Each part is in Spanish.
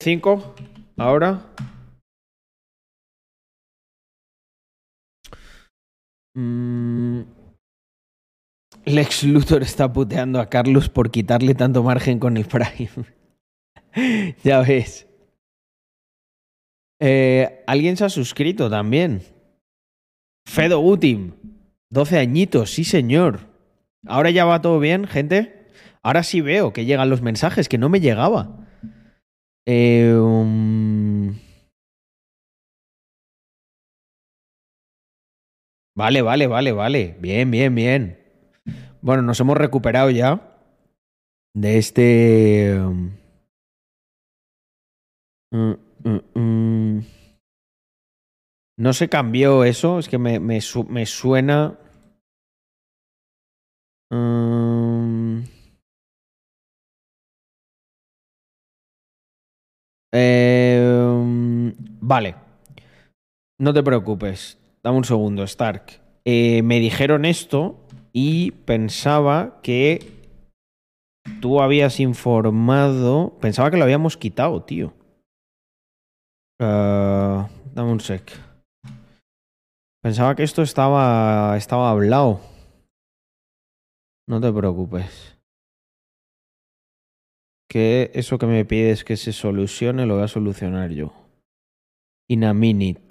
5. Ahora. Lex Luthor está puteando a Carlos por quitarle tanto margen con el Prime. Ya ves. Alguien se ha suscrito también. Fedo Utim. 12 añitos, sí señor. Ahora ya va todo bien, gente. Ahora sí veo que llegan los mensajes, que no me llegaba. Vale. Bien, bien, bien. Bueno, nos hemos recuperado ya de este... No se cambió eso, es que me suena... Vale, no te preocupes. Dame un segundo, Stark. Me dijeron esto y pensaba que tú habías informado... Pensaba que lo habíamos quitado, tío. Dame un sec. Pensaba que esto estaba hablado. No te preocupes. Que eso que me pides que se solucione lo voy a solucionar yo. In a minute.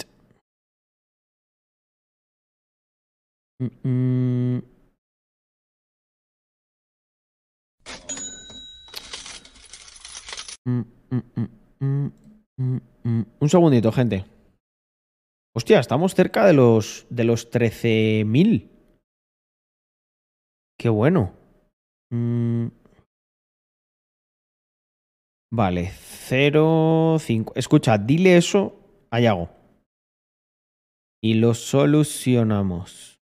Un segundito, gente. Hostia, estamos cerca de los 13.000. Qué bueno. Vale, 0,5. Escucha, dile eso a Yago. Y lo solucionamos.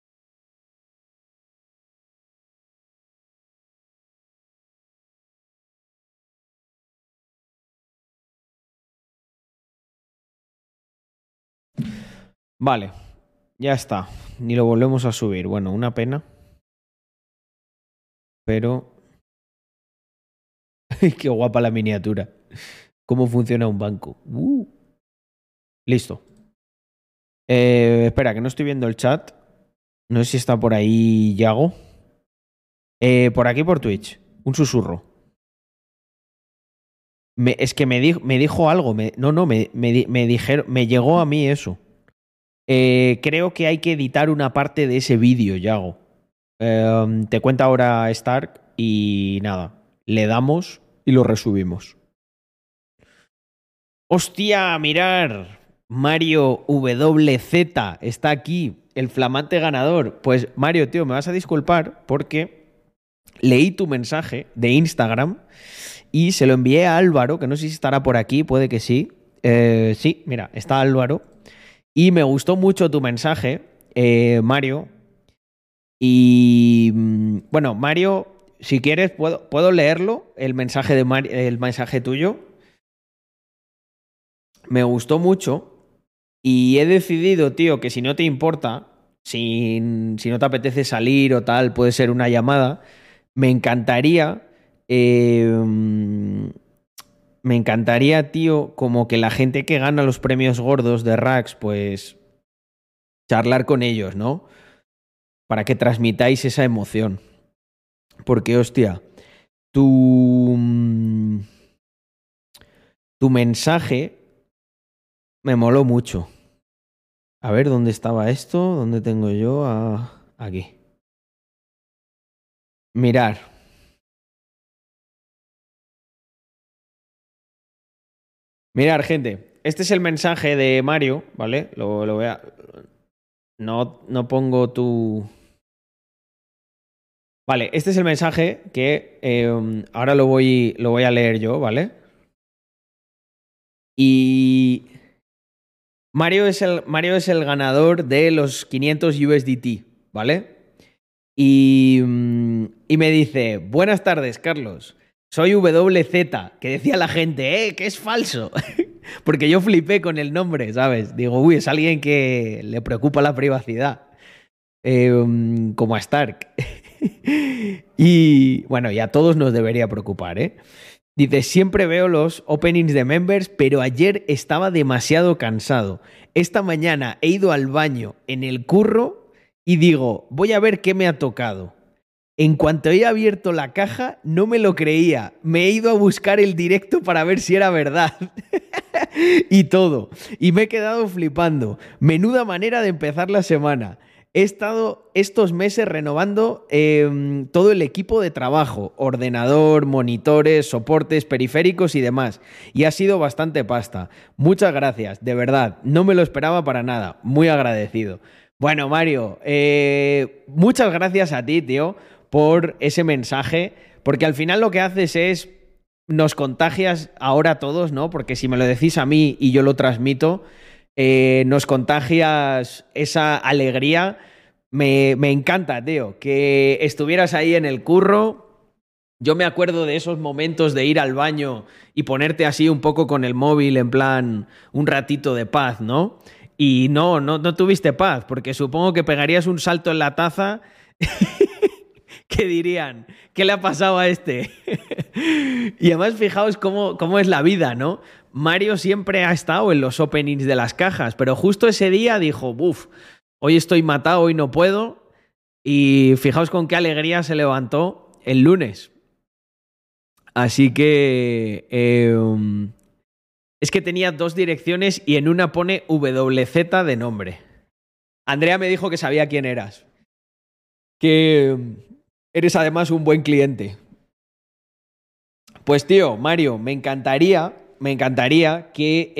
Vale, ya está. Ni lo volvemos a subir. Bueno, una pena. Pero... Qué guapa la miniatura. ¿Cómo funciona un banco? Listo. Espera, que no estoy viendo el chat. No sé si está por ahí Yago. Por aquí por Twitch. Un susurro. Es que me dijo algo. Me dijeron. Me llegó a mí eso. Creo que hay que editar una parte de ese vídeo, Yago. Te cuenta ahora Stark y nada. Le damos y lo resubimos. ¡Hostia! Mirar. Mario WZ está aquí. El flamante ganador. Pues Mario, tío, me vas a disculpar porque leí tu mensaje de Instagram y se lo envié a Álvaro, que no sé si estará por aquí, puede que sí. Sí, mira, está Álvaro. Y me gustó mucho tu mensaje, Mario. Y bueno, Mario, si quieres, puedo leerlo, el mensaje el mensaje tuyo. Me gustó mucho y he decidido, tío, que si no te importa, si no te apetece salir o tal, puede ser una llamada. Me encantaría, me encantaría, tío, como que la gente que gana los premios gordos de Rax, pues charlar con ellos, ¿no? Para que transmitáis esa emoción. Porque, hostia, tu, tu mensaje me moló mucho. A ver, ¿dónde estaba esto? ¿Dónde tengo yo? Aquí. Mirar. Mirar, gente. Este es el mensaje de Mario, ¿vale? Lo voy a... No pongo tu... Vale, este es el mensaje que ahora lo voy a leer yo, ¿vale? Y Mario es el ganador de los 500 USDT, ¿vale? Y me dice, buenas tardes, Carlos. Soy WZ, que decía la gente, que es falso. Porque yo flipé con el nombre, ¿sabes? Digo, uy, es alguien que le preocupa la privacidad. Como a Stark. Y bueno, y a todos nos debería preocupar, ¿eh? Dice, siempre veo los openings de members, pero ayer estaba demasiado cansado. Esta mañana he ido al baño en el curro y digo, voy a ver qué me ha tocado. En cuanto he abierto la caja, no me lo creía. Me he ido a buscar el directo para ver si era verdad. Y todo. Y me he quedado flipando. Menuda manera de empezar la semana. He estado estos meses renovando todo el equipo de trabajo, ordenador, monitores, soportes, periféricos y demás. Y ha sido bastante pasta. Muchas gracias, de verdad. No me lo esperaba para nada. Muy agradecido. Bueno, Mario, muchas gracias a ti, tío, por ese mensaje, porque al final lo que haces es, nos contagias ahora a todos, ¿no? Porque si me lo decís a mí y yo lo transmito, nos contagias esa alegría. Me encanta, tío, que estuvieras ahí en el curro. Yo me acuerdo de esos momentos de ir al baño y ponerte así un poco con el móvil, en plan, un ratito de paz, ¿no? Y no tuviste paz, porque supongo que pegarías un salto en la taza que dirían, ¿qué le ha pasado a este? Y además fijaos cómo es la vida, ¿no? Mario siempre ha estado en los openings de las cajas, pero justo ese día dijo, buf, hoy estoy matado, hoy no puedo. Y fijaos con qué alegría se levantó el lunes. Así que es que tenía dos direcciones y en una pone WZ de nombre. Andrea me dijo que sabía quién eras. Que eres además un buen cliente. Pues tío, Mario, me encantaría que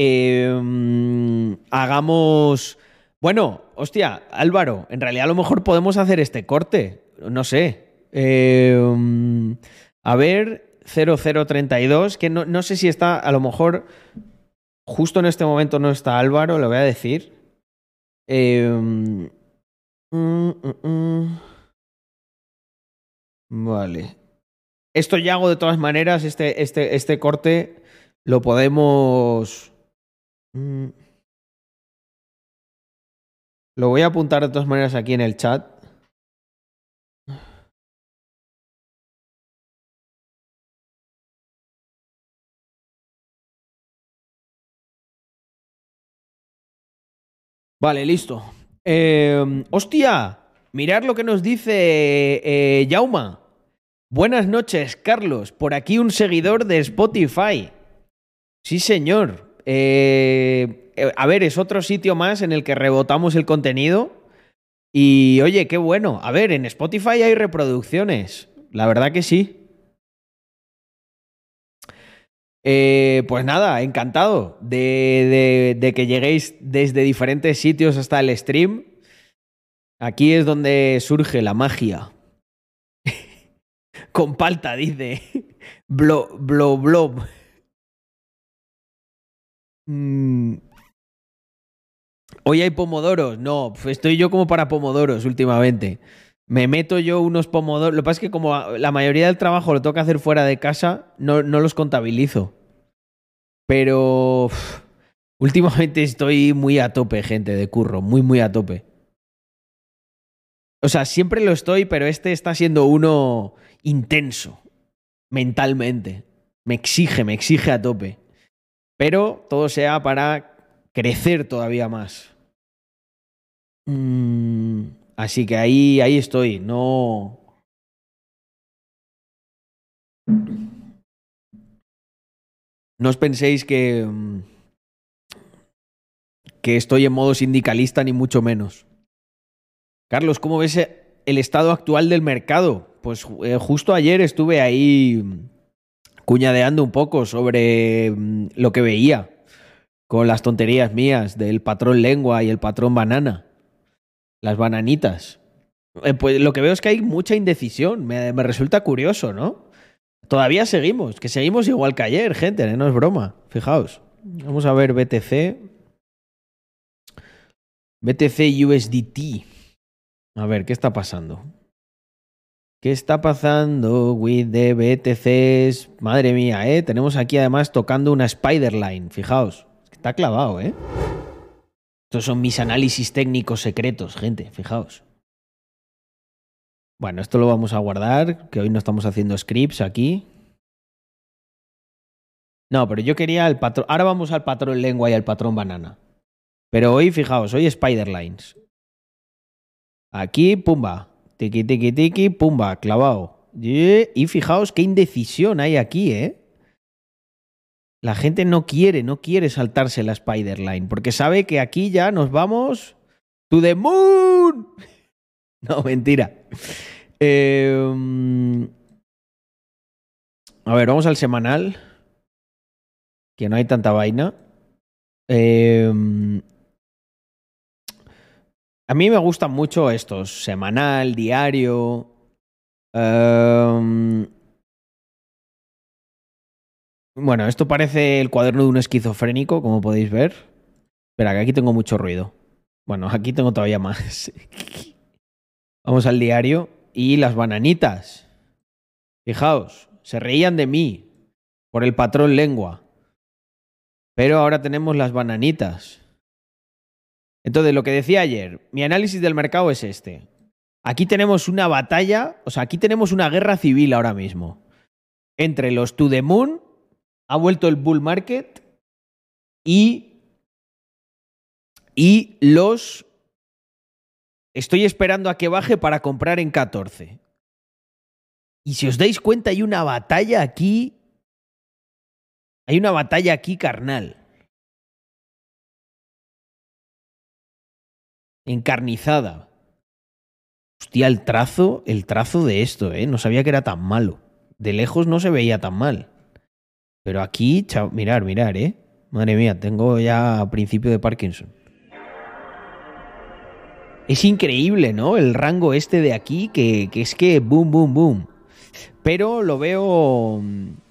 hagamos... Bueno, hostia, Álvaro, en realidad a lo mejor podemos hacer este corte. No sé. A ver, 0032, que no sé si está, a lo mejor justo en este momento no está Álvaro, le voy a decir. Vale. Esto ya hago de todas maneras, este corte lo podemos... Lo voy a apuntar de todas maneras aquí en el chat. Vale, listo. ¡Hostia! Mirad lo que nos dice Jauma. Buenas noches, Carlos. Por aquí un seguidor de Spotify. Sí, señor. A ver, es otro sitio más en el que rebotamos el contenido. Y oye, qué bueno. A ver, en Spotify hay reproducciones. La verdad que sí. Pues nada, encantado de que lleguéis desde diferentes sitios hasta el stream. Aquí es donde surge la magia. Con palta, dice. Blob. Mm, Hoy hay pomodoros. No, estoy yo como para pomodoros últimamente. Me meto yo unos pomodoros. Lo que pasa es que como la mayoría del trabajo lo tengo que hacer fuera de casa, no los contabilizo. Pero últimamente estoy muy a tope, gente, de curro. Muy a tope. O sea, siempre lo estoy, pero este está siendo uno intenso, mentalmente. Me exige a tope. Pero todo sea para crecer todavía más. Así que ahí estoy. No os penséis que estoy en modo sindicalista, ni mucho menos. Carlos, ¿cómo ves el estado actual del mercado? Pues justo ayer estuve ahí cuñadeando un poco sobre lo que veía con las tonterías mías del patrón lengua y el patrón banana. Las bananitas. Pues lo que veo es que hay mucha indecisión. Me resulta curioso, ¿no? Todavía seguimos, que seguimos igual que ayer, gente, no es broma. Fijaos. Vamos a ver BTC. BTC USDT. A ver, ¿qué está pasando? ¿Qué está pasando with the BTCs? Madre mía, ¿eh? Tenemos aquí además tocando una Spiderline. Fijaos. Está clavado, ¿eh? Estos son mis análisis técnicos secretos, gente. Fijaos. Bueno, esto lo vamos a guardar, que hoy no estamos haciendo scripts aquí. No, pero yo quería el patrón. Ahora vamos al patrón lengua y al patrón banana. Pero hoy, fijaos, hoy Spider-Lines. Aquí, pumba. Tiki, tiki, tiki, pumba, clavado. Y fijaos qué indecisión hay aquí, ¿eh? La gente no quiere saltarse la Spider-Line, porque sabe que aquí ya nos vamos to the moon. No, mentira. A ver, vamos al semanal, que no hay tanta vaina. Eh, a mí me gustan mucho estos, semanal, diario. Eh, bueno, esto parece el cuaderno de un esquizofrénico, como podéis ver. Espera, que aquí tengo mucho ruido. Bueno, aquí tengo todavía más. Vamos al diario. Y las bananitas. Fijaos, se reían de mí por el patrón lengua. Pero ahora tenemos las bananitas. Entonces, lo que decía ayer, mi análisis del mercado es este. Aquí tenemos una batalla, o sea, aquí tenemos una guerra civil ahora mismo. Entre los to the moon, ha vuelto el bull market, y los... Estoy esperando a que baje para comprar en 14. Y si os dais cuenta, hay una batalla aquí. Hay una batalla aquí carnal. Encarnizada. Hostia, el trazo de esto, ¿eh? No sabía que era tan malo. De lejos no se veía tan mal. Pero aquí, mirar, ¿eh? Madre mía, tengo ya principio de Parkinson. Es increíble, ¿no? El rango este de aquí, que es que boom, boom, boom. Pero lo veo.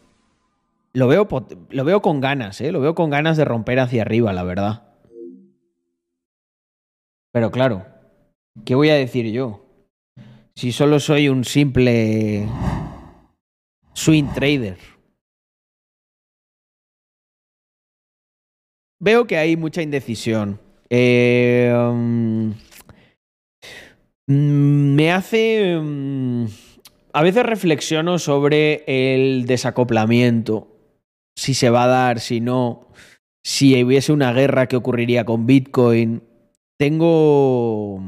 Lo veo con ganas, ¿eh? Lo veo con ganas de romper hacia arriba, la verdad. Pero claro, ¿qué voy a decir yo? Si solo soy un simple swing trader. Veo que hay mucha indecisión. Me hace... a veces reflexiono sobre el desacoplamiento, si se va a dar, si no, si hubiese una guerra, ¿qué ocurriría con Bitcoin? Tengo...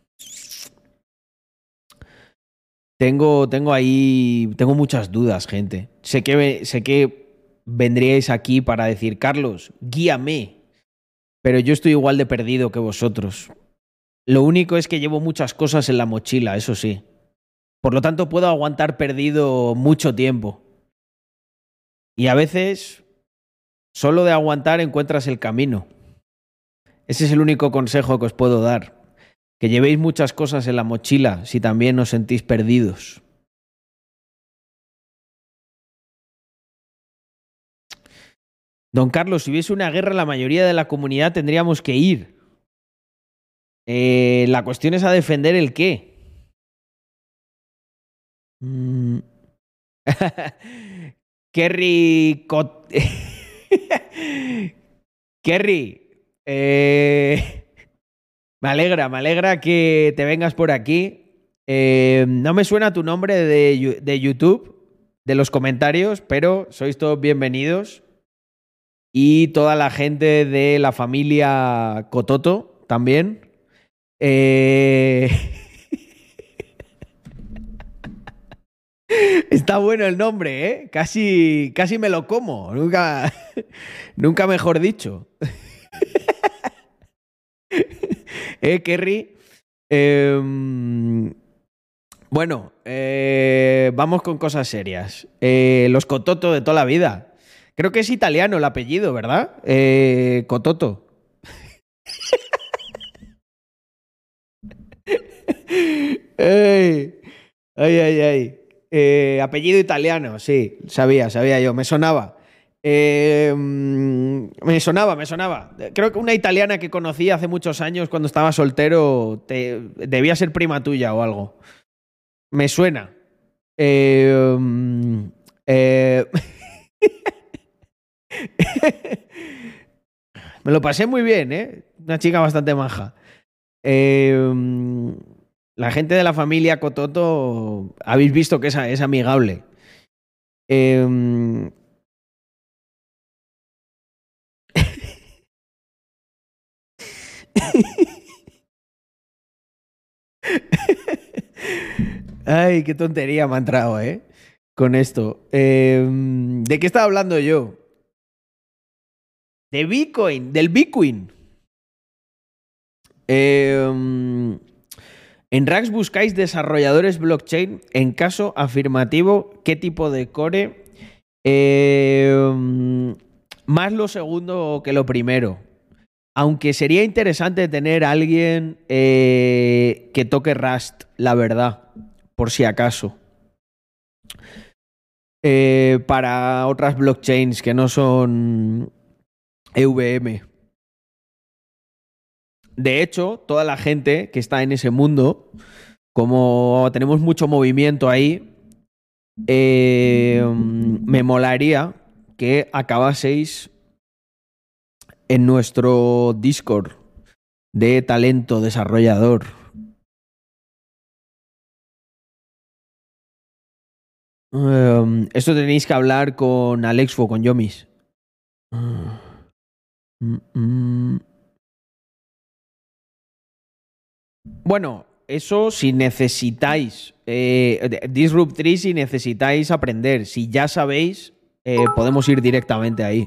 Tengo ahí, tengo muchas dudas, gente. Sé que vendríais aquí para decir, Carlos, guíame, pero yo estoy igual de perdido que vosotros. Lo único es que llevo muchas cosas en la mochila, eso sí. Por lo tanto, puedo aguantar perdido mucho tiempo. Y a veces, solo de aguantar encuentras el camino. Ese es el único consejo que os puedo dar. Que llevéis muchas cosas en la mochila si también os sentís perdidos. Don Carlos, si hubiese una guerra, la mayoría de la comunidad tendríamos que ir. La cuestión es a defender el qué. Mm. Kerry... Kerry, me alegra que te vengas por aquí. No me suena tu nombre de YouTube, de los comentarios, pero sois todos bienvenidos. Y toda la gente de la familia Cototo también. Eh... Está bueno el nombre, ¿eh? Casi me lo como. Nunca mejor dicho. Kerry. Bueno, vamos con cosas serias. Los Cototo de toda la vida. Creo que es italiano el apellido, ¿verdad? Cototo. Ay, ay. Apellido italiano, sí, sabía yo, me sonaba. Me sonaba. Creo que una italiana que conocí hace muchos años cuando estaba soltero debía ser prima tuya o algo. Me suena. Eh, eh, Me lo pasé muy bien, ¿eh? Una chica bastante maja. Eh, la gente de la familia Cototo, habéis visto que es amigable. Eh, Ay, qué tontería me ha entrado, ¿eh? Con esto. ¿De qué estaba hablando yo? De Bitcoin, del Bitcoin. En Rax buscáis desarrolladores blockchain. En caso afirmativo, ¿qué tipo de core? Más lo segundo que lo primero. Aunque sería interesante tener a alguien que toque Rust, la verdad, por si acaso. Para otras blockchains que no son EVM. De hecho, toda la gente que está en ese mundo, como tenemos mucho movimiento ahí, me molaría que acabaseis en nuestro Discord de talento desarrollador. Esto tenéis que hablar con Alexfo, con Yomis. Bueno, eso si necesitáis. Disrupt 3 si necesitáis aprender. Si ya sabéis, podemos ir directamente ahí.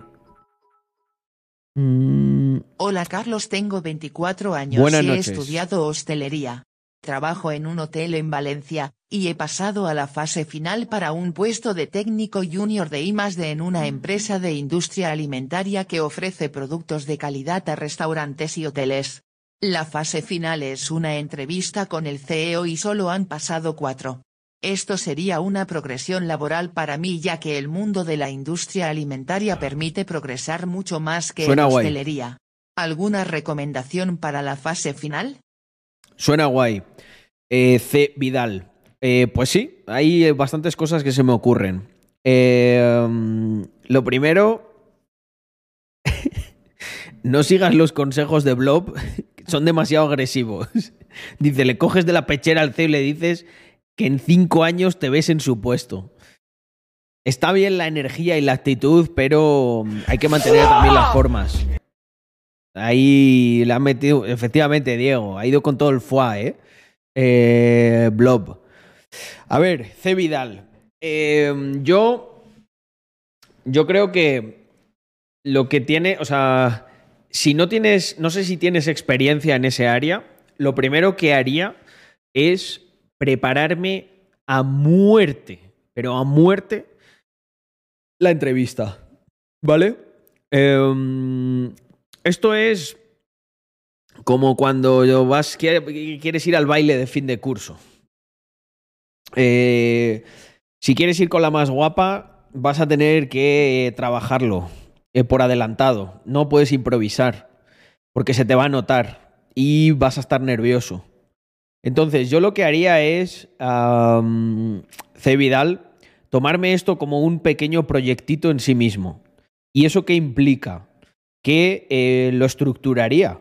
Hola Carlos, tengo 24 años Buenas y he noches. estudiado hostelería. Trabajo en un hotel en Valencia, y he pasado a la fase final para un puesto de técnico junior de I+D en una empresa de industria alimentaria que ofrece productos de calidad a restaurantes y hoteles. La fase final es una entrevista con el CEO y solo han pasado 4. Esto sería una progresión laboral para mí, ya que el mundo de la industria alimentaria permite progresar mucho más que en Suena guay. hostelería. ¿Alguna recomendación para la fase final? Suena guay. C. Vidal. Pues sí, hay bastantes cosas que se me ocurren. Lo primero, no sigas los consejos de Blob, que son demasiado agresivos. Dice, le coges de la pechera al CEO y le dices que en 5 años te ves en su puesto. Está bien la energía y la actitud, pero hay que mantener también las formas. Ahí le han metido, efectivamente, Diego, ha ido con todo el foie, Blob. A ver, C. Vidal. Yo creo que lo que tiene, o sea, si no tienes, no sé si tienes experiencia en ese área, lo primero que haría es prepararme a muerte, pero a muerte, la entrevista, ¿vale? Esto es como cuando quieres ir al baile de fin de curso. Si quieres ir con la más guapa, vas a tener que trabajarlo por adelantado. No puedes improvisar, porque se te va a notar y vas a estar nervioso. Entonces, yo lo que haría es, C. Vidal, tomarme esto como un pequeño proyectito en sí mismo. ¿Y eso qué implica? Que lo estructuraría.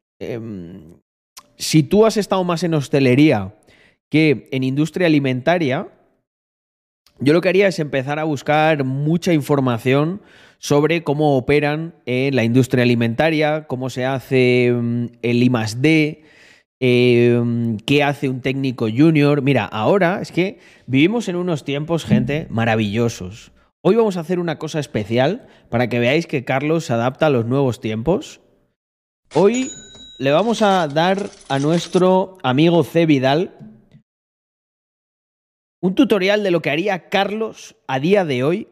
Si tú has estado más en hostelería que en industria alimentaria, yo lo que haría es empezar a buscar mucha información sobre cómo operan en la industria alimentaria, cómo se hace el I+D, qué hace un técnico junior. Mira, ahora es que vivimos en unos tiempos, gente, maravillosos. Hoy vamos a hacer una cosa especial para que veáis que Carlos se adapta a los nuevos tiempos. Hoy le vamos a dar a nuestro amigo C. Vidal un tutorial de lo que haría Carlos a día de hoy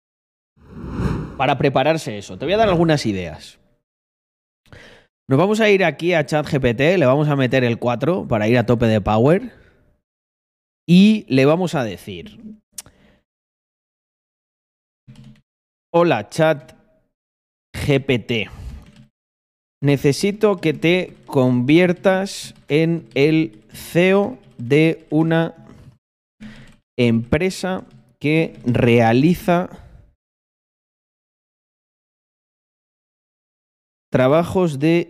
para prepararse eso. Te voy a dar algunas ideas. Nos vamos a ir aquí a ChatGPT, le vamos a meter el 4 para ir a tope de power y le vamos a decir: hola ChatGPT, necesito que te conviertas en el CEO de una empresa que realiza trabajos de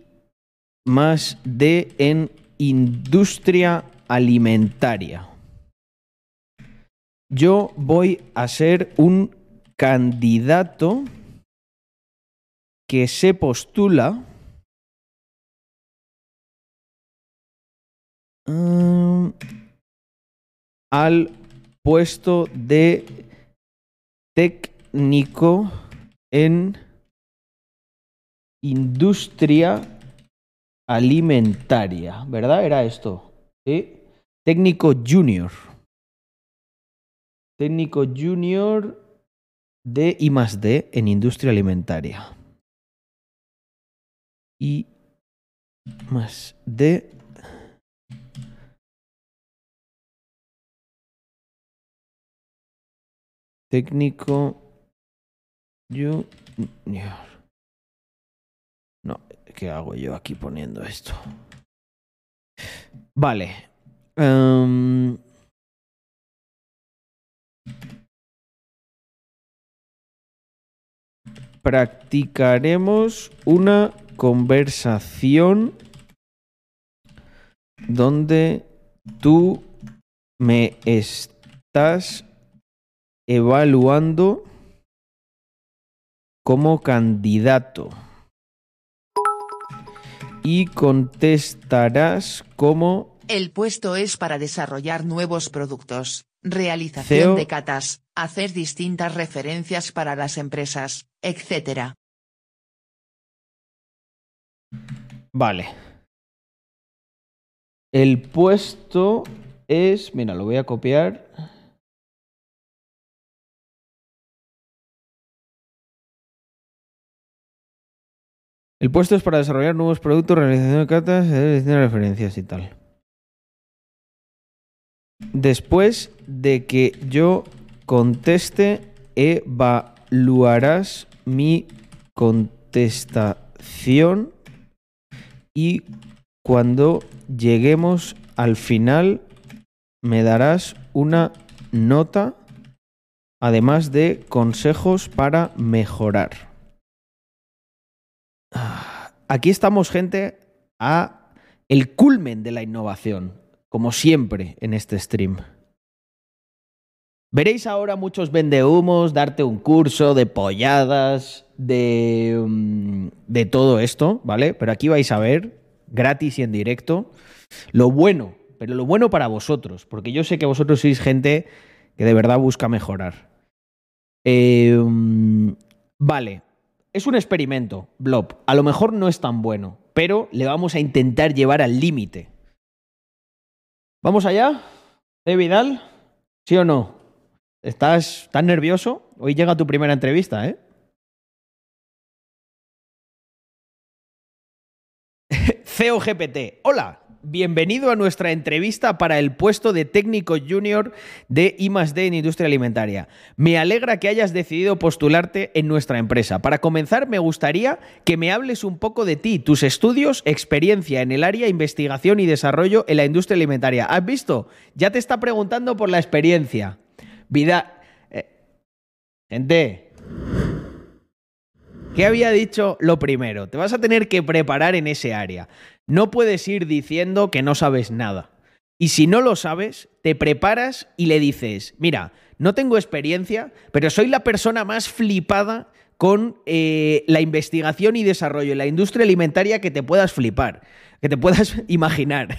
I+D en industria alimentaria. Yo voy a ser un candidato que se postula al puesto de técnico en industria alimentaria, ¿verdad? Era esto, ¿sí? Técnico junior. Técnico junior de I+D en industria alimentaria. I+D. Técnico junior. No, ¿qué hago yo aquí poniendo esto? Vale. Practicaremos una conversación donde tú me estás evaluando como candidato y contestarás como... El puesto es para desarrollar nuevos productos, realización CEO. de catas, hacer distintas referencias para las empresas, etc. Vale. El puesto es... Mira, lo voy a copiar. El puesto es para desarrollar nuevos productos, realización de catas, distintas referencias y tal. Después de que yo conteste, evaluarás mi contestación y cuando lleguemos al final me darás una nota, además de consejos para mejorar. Aquí estamos, gente, a el culmen de la innovación, como siempre en este stream. Veréis ahora muchos vendehumos, darte un curso de polladas, de todo esto, ¿vale? Pero aquí vais a ver, gratis y en directo, lo bueno, pero lo bueno para vosotros, porque yo sé que vosotros sois gente que de verdad busca mejorar. Vale, es un experimento, Blob. A lo mejor no es tan bueno, pero le vamos a intentar llevar al límite. ¿Vamos allá? Vidal? ¿Sí o no? ¿Estás tan nervioso? Hoy llega tu primera entrevista, ¿eh? CEO GPT. Hola, bienvenido a nuestra entrevista para el puesto de técnico junior de I+D en industria alimentaria. Me alegra que hayas decidido postularte en nuestra empresa. Para comenzar, me gustaría que me hables un poco de ti, tus estudios, experiencia en el área de investigación y desarrollo en la industria alimentaria. ¿Has visto? Ya te está preguntando por la experiencia. Vida... Gente... ¿Qué había dicho lo primero? Te vas a tener que preparar en ese área. No puedes ir diciendo que no sabes nada. Y si no lo sabes, te preparas y le dices, mira, no tengo experiencia, pero soy la persona más flipada con la investigación y desarrollo en la industria alimentaria que te puedas flipar, que te puedas imaginar.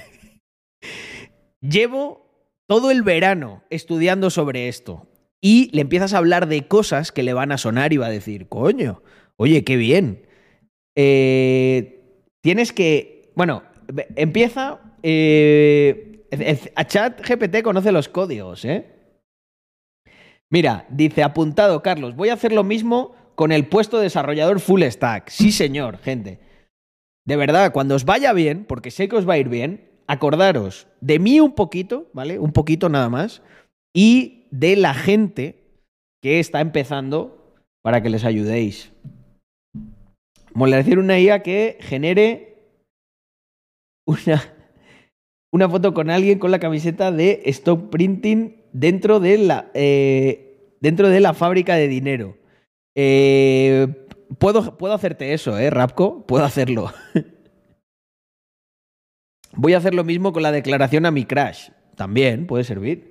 Llevo todo el verano estudiando sobre esto y le empiezas a hablar de cosas que le van a sonar y va a decir, coño, oye, qué bien. Tienes que... Bueno, empieza... a ChatGPT conoce los códigos, ¿eh? Mira, dice, apuntado, Carlos, voy a hacer lo mismo con el puesto de desarrollador full stack. Sí, señor, gente. De verdad, cuando os vaya bien, porque sé que os va a ir bien, acordaros de mí un poquito, ¿vale? Un poquito nada más. Y de la gente que está empezando para que les ayudéis. Mola decir una IA que genere una foto con alguien con la camiseta de Stock Printing dentro de la fábrica de dinero. Puedo hacerte eso, Rapco, puedo hacerlo. Voy a hacer lo mismo con la declaración a mi crash. También puede servir.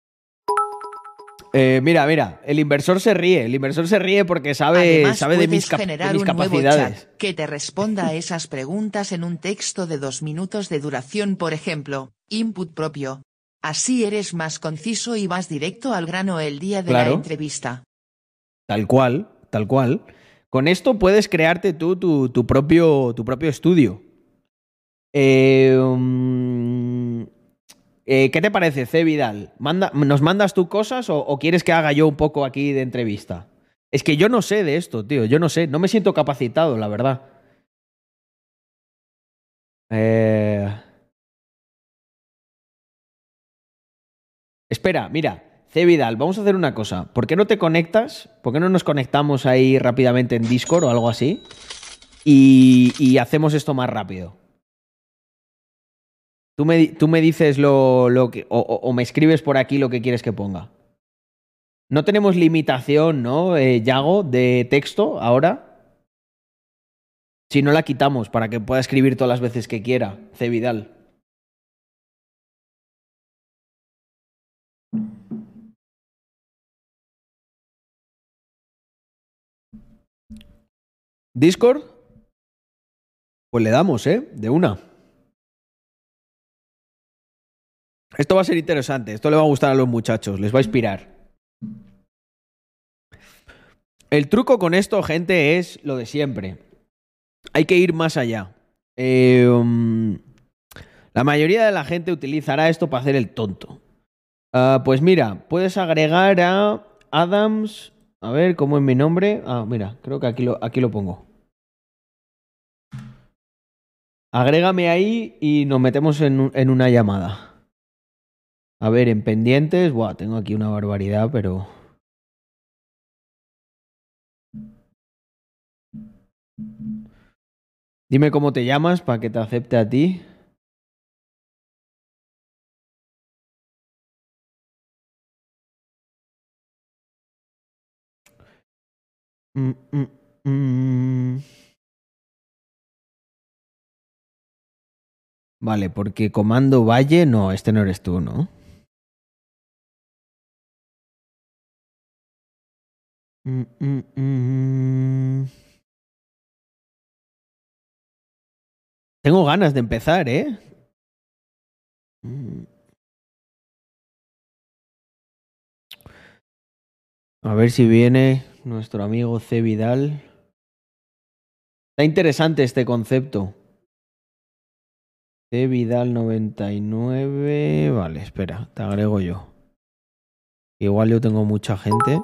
Mira, el inversor se ríe porque sabe de mis capacidades. Que te responda a esas preguntas en un texto de 2 minutos de duración, por ejemplo. Input propio. Así eres más conciso y más directo al grano el día de la entrevista. Tal cual, tal cual. Con esto puedes crearte tú tu propio estudio. ¿Qué te parece, C. Vidal? ¿Nos mandas tú cosas o quieres que haga yo un poco aquí de entrevista? Es que yo no sé de esto, tío. Yo no sé. No me siento capacitado, la verdad. Espera, mira. C. Vidal, vamos a hacer una cosa. ¿Por qué no te conectas? ¿Por qué no nos conectamos ahí rápidamente en Discord o algo así? Y hacemos esto más rápido. Tú me dices lo que. O me escribes por aquí lo que quieres que ponga. No tenemos limitación, ¿no, Yago, de texto ahora? Si no la quitamos para que pueda escribir todas las veces que quiera, C. Vidal. ¿Discord? Pues le damos, de una. Esto va a ser interesante. Esto le va a gustar a los muchachos. Les va a inspirar. El truco con esto, gente, es lo de siempre. Hay que ir más allá. La mayoría de la gente utilizará esto para hacer el tonto. Pues mira, puedes agregar a Adams. A ver, ¿cómo es mi nombre? Mira, creo que aquí lo pongo. Agrégame ahí y nos metemos en una llamada. A ver, en pendientes. Buah, tengo aquí una barbaridad, pero... Dime cómo te llamas para que te acepte a ti. Mm, mm, mm. Vale, porque Comando Valle, no, este no eres tú, ¿no? Tengo ganas de empezar, ¿eh? A ver si viene nuestro amigo C. Vidal. Está interesante este concepto. C. Vidal 99. Vale, espera, te agrego yo. Igual yo tengo mucha gente.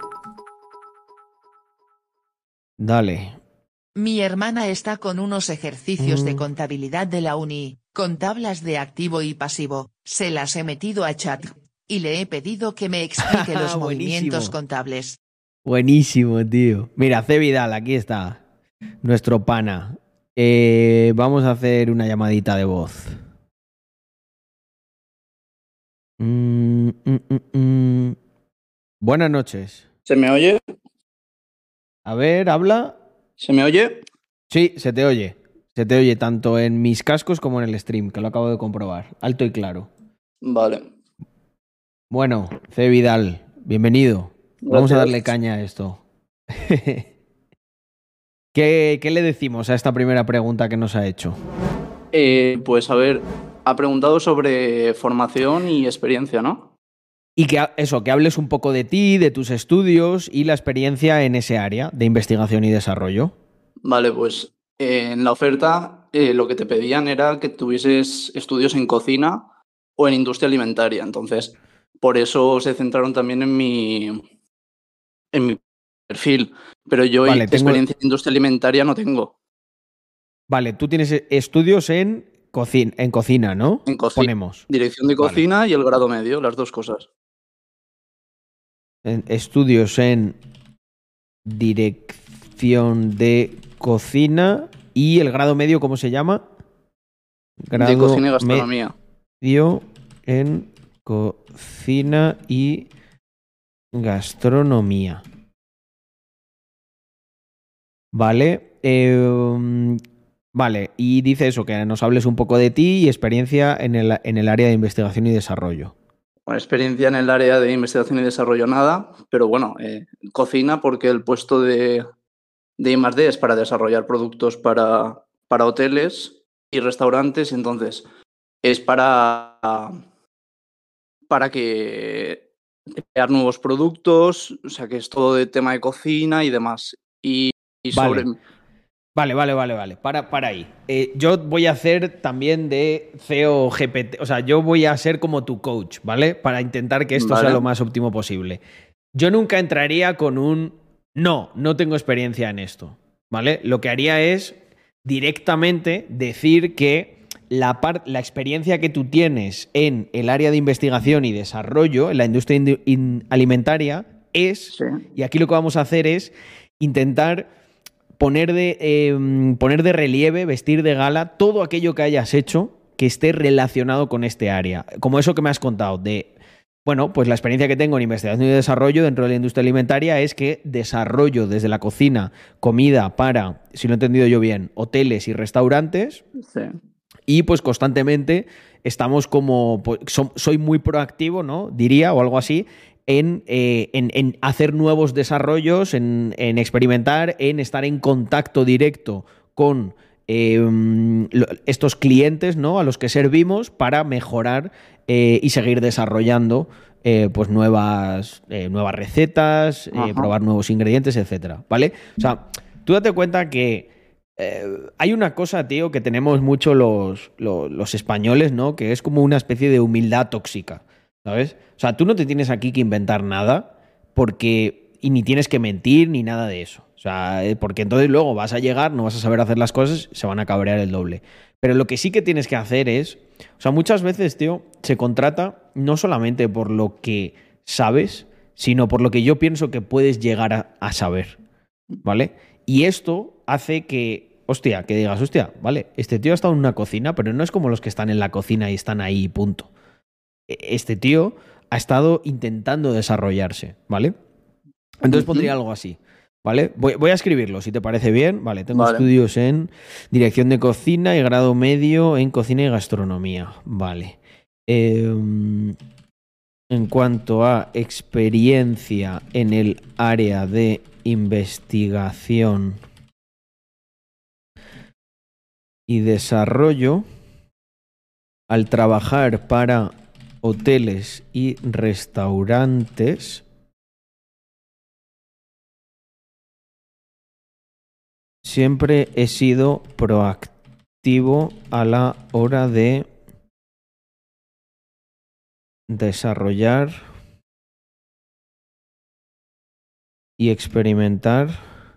Dale. Mi hermana está con unos ejercicios de contabilidad de la uni, con tablas de activo y pasivo. Se las he metido a chat y le he pedido que me explique los movimientos contables. Buenísimo, tío. Mira, C. Vidal, aquí está. Nuestro pana. Vamos a hacer una llamadita de voz. Buenas noches. ¿Se me oye? A ver, habla. ¿Se me oye? Sí, se te oye. Se te oye tanto en mis cascos como en el stream, que lo acabo de comprobar. Alto y claro. Vale. Bueno, C. Vidal, bienvenido. Gracias. Vamos a darle caña a esto. ¿Qué le decimos a esta primera pregunta que nos ha hecho? Pues a ver, ha preguntado sobre formación y experiencia, ¿no? Y que hables un poco de ti, de tus estudios y la experiencia en ese área de investigación y desarrollo. Vale, pues en la oferta lo que te pedían era que tuvieses estudios en cocina o en industria alimentaria. Entonces, por eso se centraron también en mi perfil. Pero yo experiencia en industria alimentaria no tengo. Vale, tú tienes estudios en cocina, ¿no? En cocina. Ponemos. Dirección de cocina y el grado medio, las dos cosas. Estudios en dirección de cocina y el grado medio, ¿cómo se llama? Grado de cocina y gastronomía. Medio en cocina y gastronomía. Vale. Vale, y dice eso, que nos hables un poco de ti y experiencia en el área de investigación y desarrollo. Bueno, experiencia en el área de investigación y desarrollo nada, pero bueno, cocina porque el puesto de I+D es para desarrollar productos para hoteles y restaurantes, y entonces es para que crear nuevos productos, o sea, que es todo de tema de cocina y demás. Y sobre... Vale. Para ahí. Yo voy a hacer también de CEO GPT. O sea, yo voy a ser como tu coach, ¿vale? Para intentar que esto sea Vale. lo más óptimo posible. Yo nunca entraría con un no tengo experiencia en esto, ¿vale? Lo que haría es directamente decir que la experiencia que tú tienes en el área de investigación y desarrollo, en la industria alimentaria, es, Sí. y aquí lo que vamos a hacer es intentar poner de relieve, vestir de gala todo aquello que hayas hecho que esté relacionado con este área. Como eso que me has contado de, bueno, pues la experiencia que tengo en investigación y desarrollo dentro de la industria alimentaria es que desarrollo desde la cocina comida para, si lo he entendido yo bien, hoteles y restaurantes. Sí. Y pues constantemente estamos como, pues, soy muy proactivo, ¿no? Diría, o algo así, en hacer nuevos desarrollos, en experimentar, en estar en contacto directo con estos clientes, ¿no? A los que servimos para mejorar y seguir desarrollando pues nuevas recetas, probar nuevos ingredientes, etcétera, ¿vale? O sea, tú date cuenta que hay una cosa, tío, que tenemos mucho los españoles, ¿no? Que es como una especie de humildad tóxica, ¿sabes? O sea, tú no te tienes aquí que inventar nada y ni tienes que mentir ni nada de eso. O sea, porque entonces luego vas a llegar, no vas a saber hacer las cosas, se van a cabrear el doble. Pero lo que sí que tienes que hacer es, o sea, muchas veces, tío, se contrata no solamente por lo que sabes, sino por lo que yo pienso que puedes llegar a saber, ¿vale? Y esto hace que, que digas, vale, este tío ha estado en una cocina, pero no es como los que están en la cocina y están ahí, punto. Este tío ha estado intentando desarrollarse, ¿vale? Entonces pondría algo así, ¿vale? Voy a escribirlo, si te parece bien. Vale, tengo estudios en dirección de cocina y grado medio en cocina y gastronomía. Vale. En cuanto a experiencia en el área de investigación y desarrollo, al trabajar para hoteles y restaurantes, siempre he sido proactivo a la hora de desarrollar y experimentar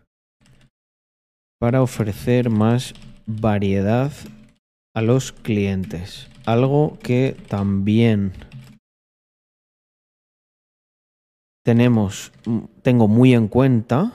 para ofrecer más variedad a los clientes. Algo que también tengo muy en cuenta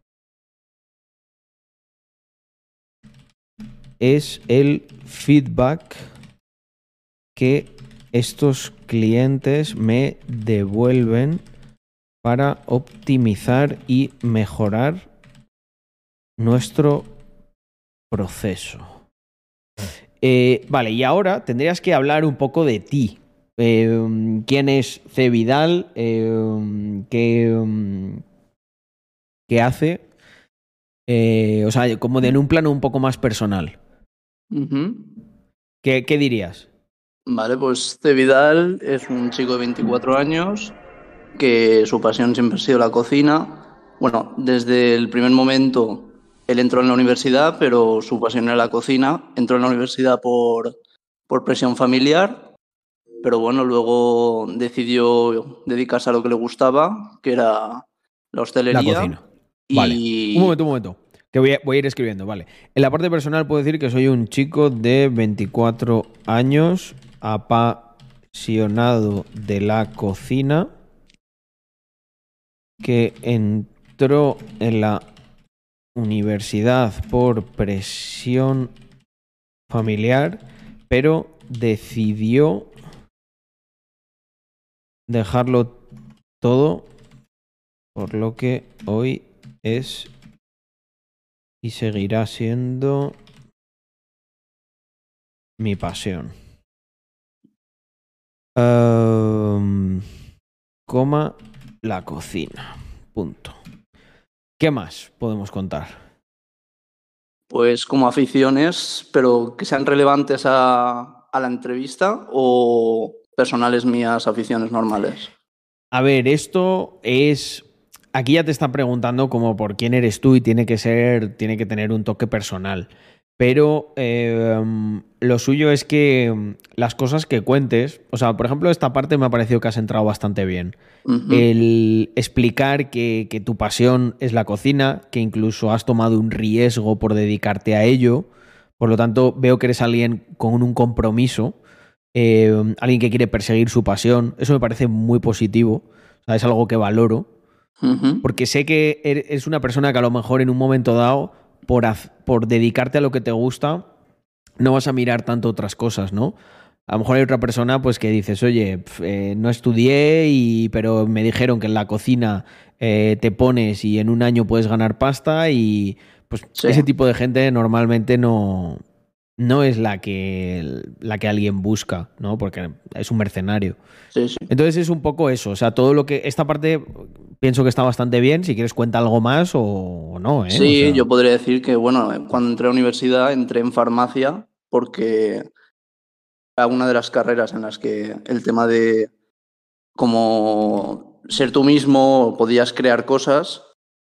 es el feedback que estos clientes me devuelven para optimizar y mejorar nuestro proceso. Vale, y ahora tendrías que hablar un poco de ti. ¿Quién es C. Vidal? ¿Qué hace? O sea, como en un plano un poco más personal. ¿Qué dirías? Vale, pues C. Vidal es un chico de 24 años que su pasión siempre ha sido la cocina. Bueno, desde el primer momento él entró en la universidad, pero su pasión era la cocina. Entró en la universidad por presión familiar, pero bueno, luego decidió dedicarse a lo que le gustaba, que era la hostelería. La cocina. Vale. Un momento. Que voy a ir escribiendo, vale. En la parte personal puedo decir que soy un chico de 24 años, apasionado de la cocina, que entró en la universidad por presión familiar, pero decidió dejarlo todo, por lo que hoy es y seguirá siendo mi pasión. Coma la cocina. Punto. ¿Qué más podemos contar? Pues como aficiones, pero que sean relevantes a a la entrevista o personales mías, aficiones normales? A ver, esto es. Aquí ya te están preguntando como por quién eres tú y tiene que tener un toque personal. Pero lo suyo es que las cosas que cuentes, o sea, por ejemplo, esta parte me ha parecido que has entrado bastante bien. Ujú, El explicar que tu pasión es la cocina, que incluso has tomado un riesgo por dedicarte a ello. Por lo tanto, veo que eres alguien con un compromiso, alguien que quiere perseguir su pasión. Eso me parece muy positivo. O sea, es algo que valoro. ujú. Porque sé que eres una persona que a lo mejor en un momento dado, por dedicarte a lo que te gusta, no vas a mirar tanto otras cosas, ¿no? A lo mejor hay otra persona pues que dices, oye, no estudié, pero me dijeron que en la cocina te pones y en un año puedes ganar pasta y pues Sí, ese tipo de gente normalmente no es la que alguien busca, ¿no? Porque es un mercenario. sí, sí. Entonces es un poco eso, o sea, todo lo que... Esta parte pienso que está bastante bien, si quieres cuenta algo más o no, ¿eh? O Sí, sea... yo podría decir que, bueno, cuando entré a la universidad entré en farmacia porque era una de las carreras en las que el tema de como ser tú mismo, podías crear cosas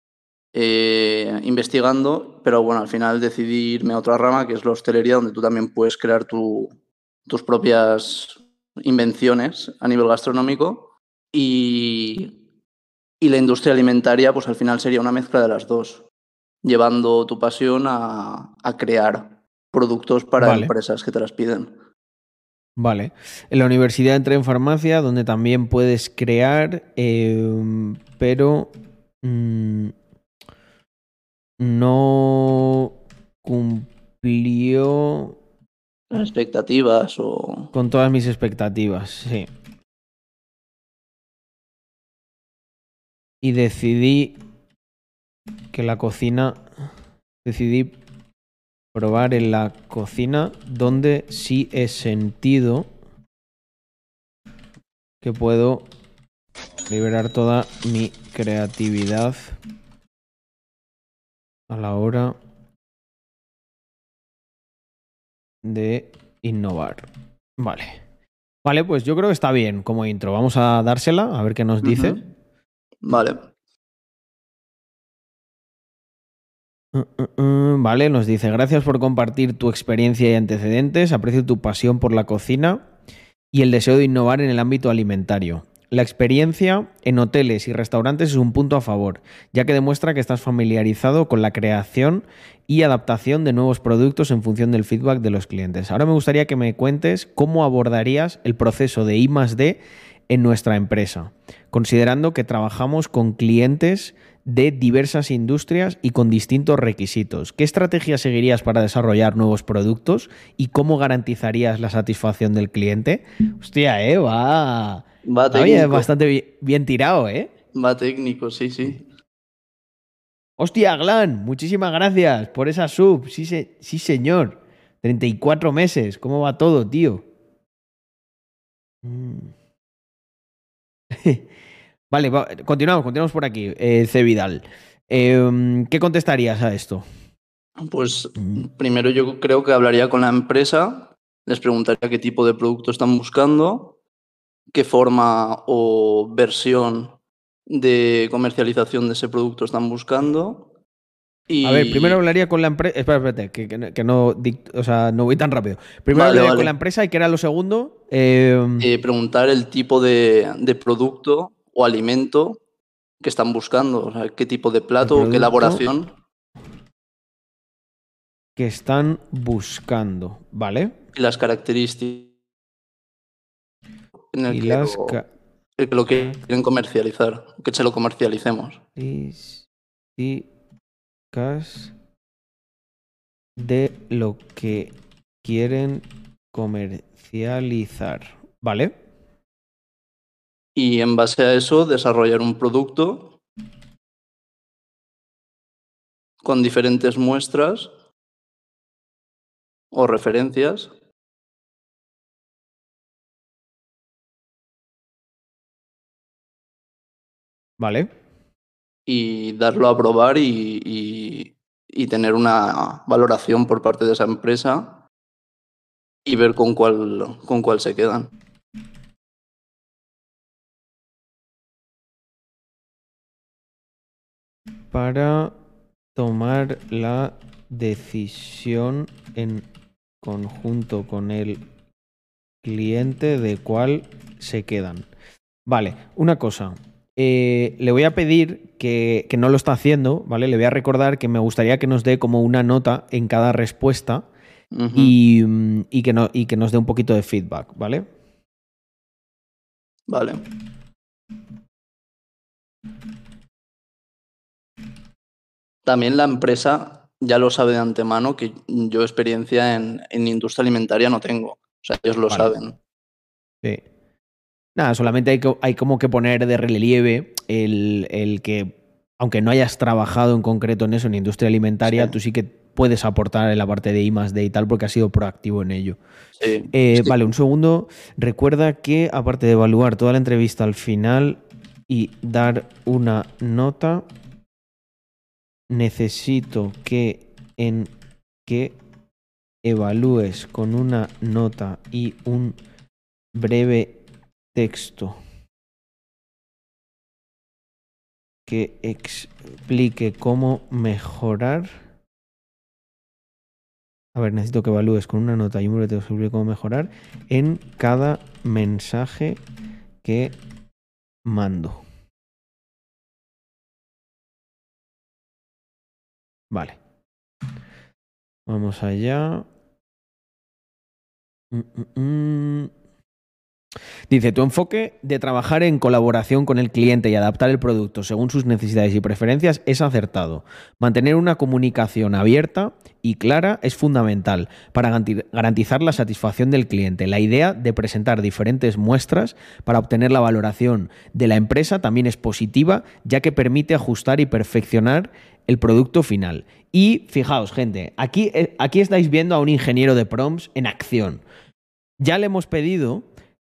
investigando, pero bueno, al final decidí irme a otra rama que es la hostelería, donde tú también puedes crear tus propias invenciones a nivel gastronómico y, y la industria alimentaria, pues al final sería una mezcla de las dos, llevando tu pasión a crear productos para Vale, empresas que te las piden. vale. En la universidad entré en farmacia, donde también puedes crear, pero mm, no cumplió Las expectativas o... con todas mis expectativas, sí. Y que la cocina, decidí probar en la cocina donde sí he sentido que puedo liberar toda mi creatividad a la hora de innovar. Vale. Vale, pues yo creo que está bien como intro. Vamos a dársela, a ver qué nos Ujú. dice. Vale. Vale, nos dice, gracias por compartir tu experiencia y antecedentes, aprecio tu pasión por la cocina y el deseo de innovar en el ámbito alimentario. La experiencia en hoteles y restaurantes es un punto a favor, ya que demuestra que estás familiarizado con la creación y adaptación de nuevos productos en función del feedback de los clientes. Ahora me gustaría que me cuentes cómo abordarías el proceso de I+D en nuestra empresa, considerando que trabajamos con clientes de diversas industrias y con distintos requisitos. ¿Qué estrategia seguirías para desarrollar nuevos productos y cómo garantizarías la satisfacción del cliente? Hostia, Va va bien, técnico. bastante bien tirado, ¿eh? Va técnico, sí, sí. Hostia, Glan, muchísimas gracias por esa sub. Sí, sí, señor. 34 meses. ¿Cómo va todo, tío? Mm. Vale, continuamos por aquí. C. Vidal. ¿Qué contestarías a esto? Pues Mm. primero yo creo que hablaría con la empresa, les preguntaría qué tipo de producto están buscando, qué forma o versión de comercialización de ese producto están buscando A ver, primero y... hablaría con la empresa. Espera, espérate, que no, o sea, no voy tan rápido. Primero Vale, hablaría con la vale. empresa y ¿qué era lo segundo? Preguntar el tipo de producto o alimento que están buscando, o sea, qué tipo de El plato o qué producto elaboración que están buscando, ¿vale? y las características en Y las el que lo quieren comercializar, que se lo comercialicemos. características de lo que quieren comercializar, ¿vale? Y en base a eso desarrollar un producto con diferentes muestras o referencias ¿Vale? y darlo a probar y tener una valoración por parte de esa empresa y ver con cuál se quedan. Para tomar la decisión en conjunto con el cliente de cuál se quedan. Vale, una cosa. Le voy a pedir que no lo está haciendo, ¿vale? Le voy a recordar que me gustaría que nos dé como una nota en cada respuesta y que nos dé un poquito de feedback, ¿vale? Vale. También la empresa ya lo sabe de antemano que yo experiencia en industria alimentaria no tengo. O sea, ellos lo Vale. saben. Sí. Nada, solamente hay como que poner de relieve el que, aunque no hayas trabajado en concreto en eso, en industria alimentaria, Sí. tú sí que puedes aportar en la parte de I+D y tal porque has sido proactivo en ello. Sí. Es que Vale, un segundo. Recuerda que, aparte de evaluar toda la entrevista al final y dar una nota, necesito que evalúes con una nota y un breve texto que explique cómo mejorar. A ver, necesito que evalúes con una nota y un breve texto que explique cómo mejorar en cada mensaje que mando. Vale. Vamos allá. Dice, tu enfoque de trabajar en colaboración con el cliente y adaptar el producto según sus necesidades y preferencias es acertado. Mantener una comunicación abierta y clara es fundamental para garantizar la satisfacción del cliente. La idea de presentar diferentes muestras para obtener la valoración de la empresa también es positiva, ya que permite ajustar y perfeccionar el producto final. Y fijaos, gente, aquí estáis viendo a un ingeniero de prompts en acción. Ya le hemos pedido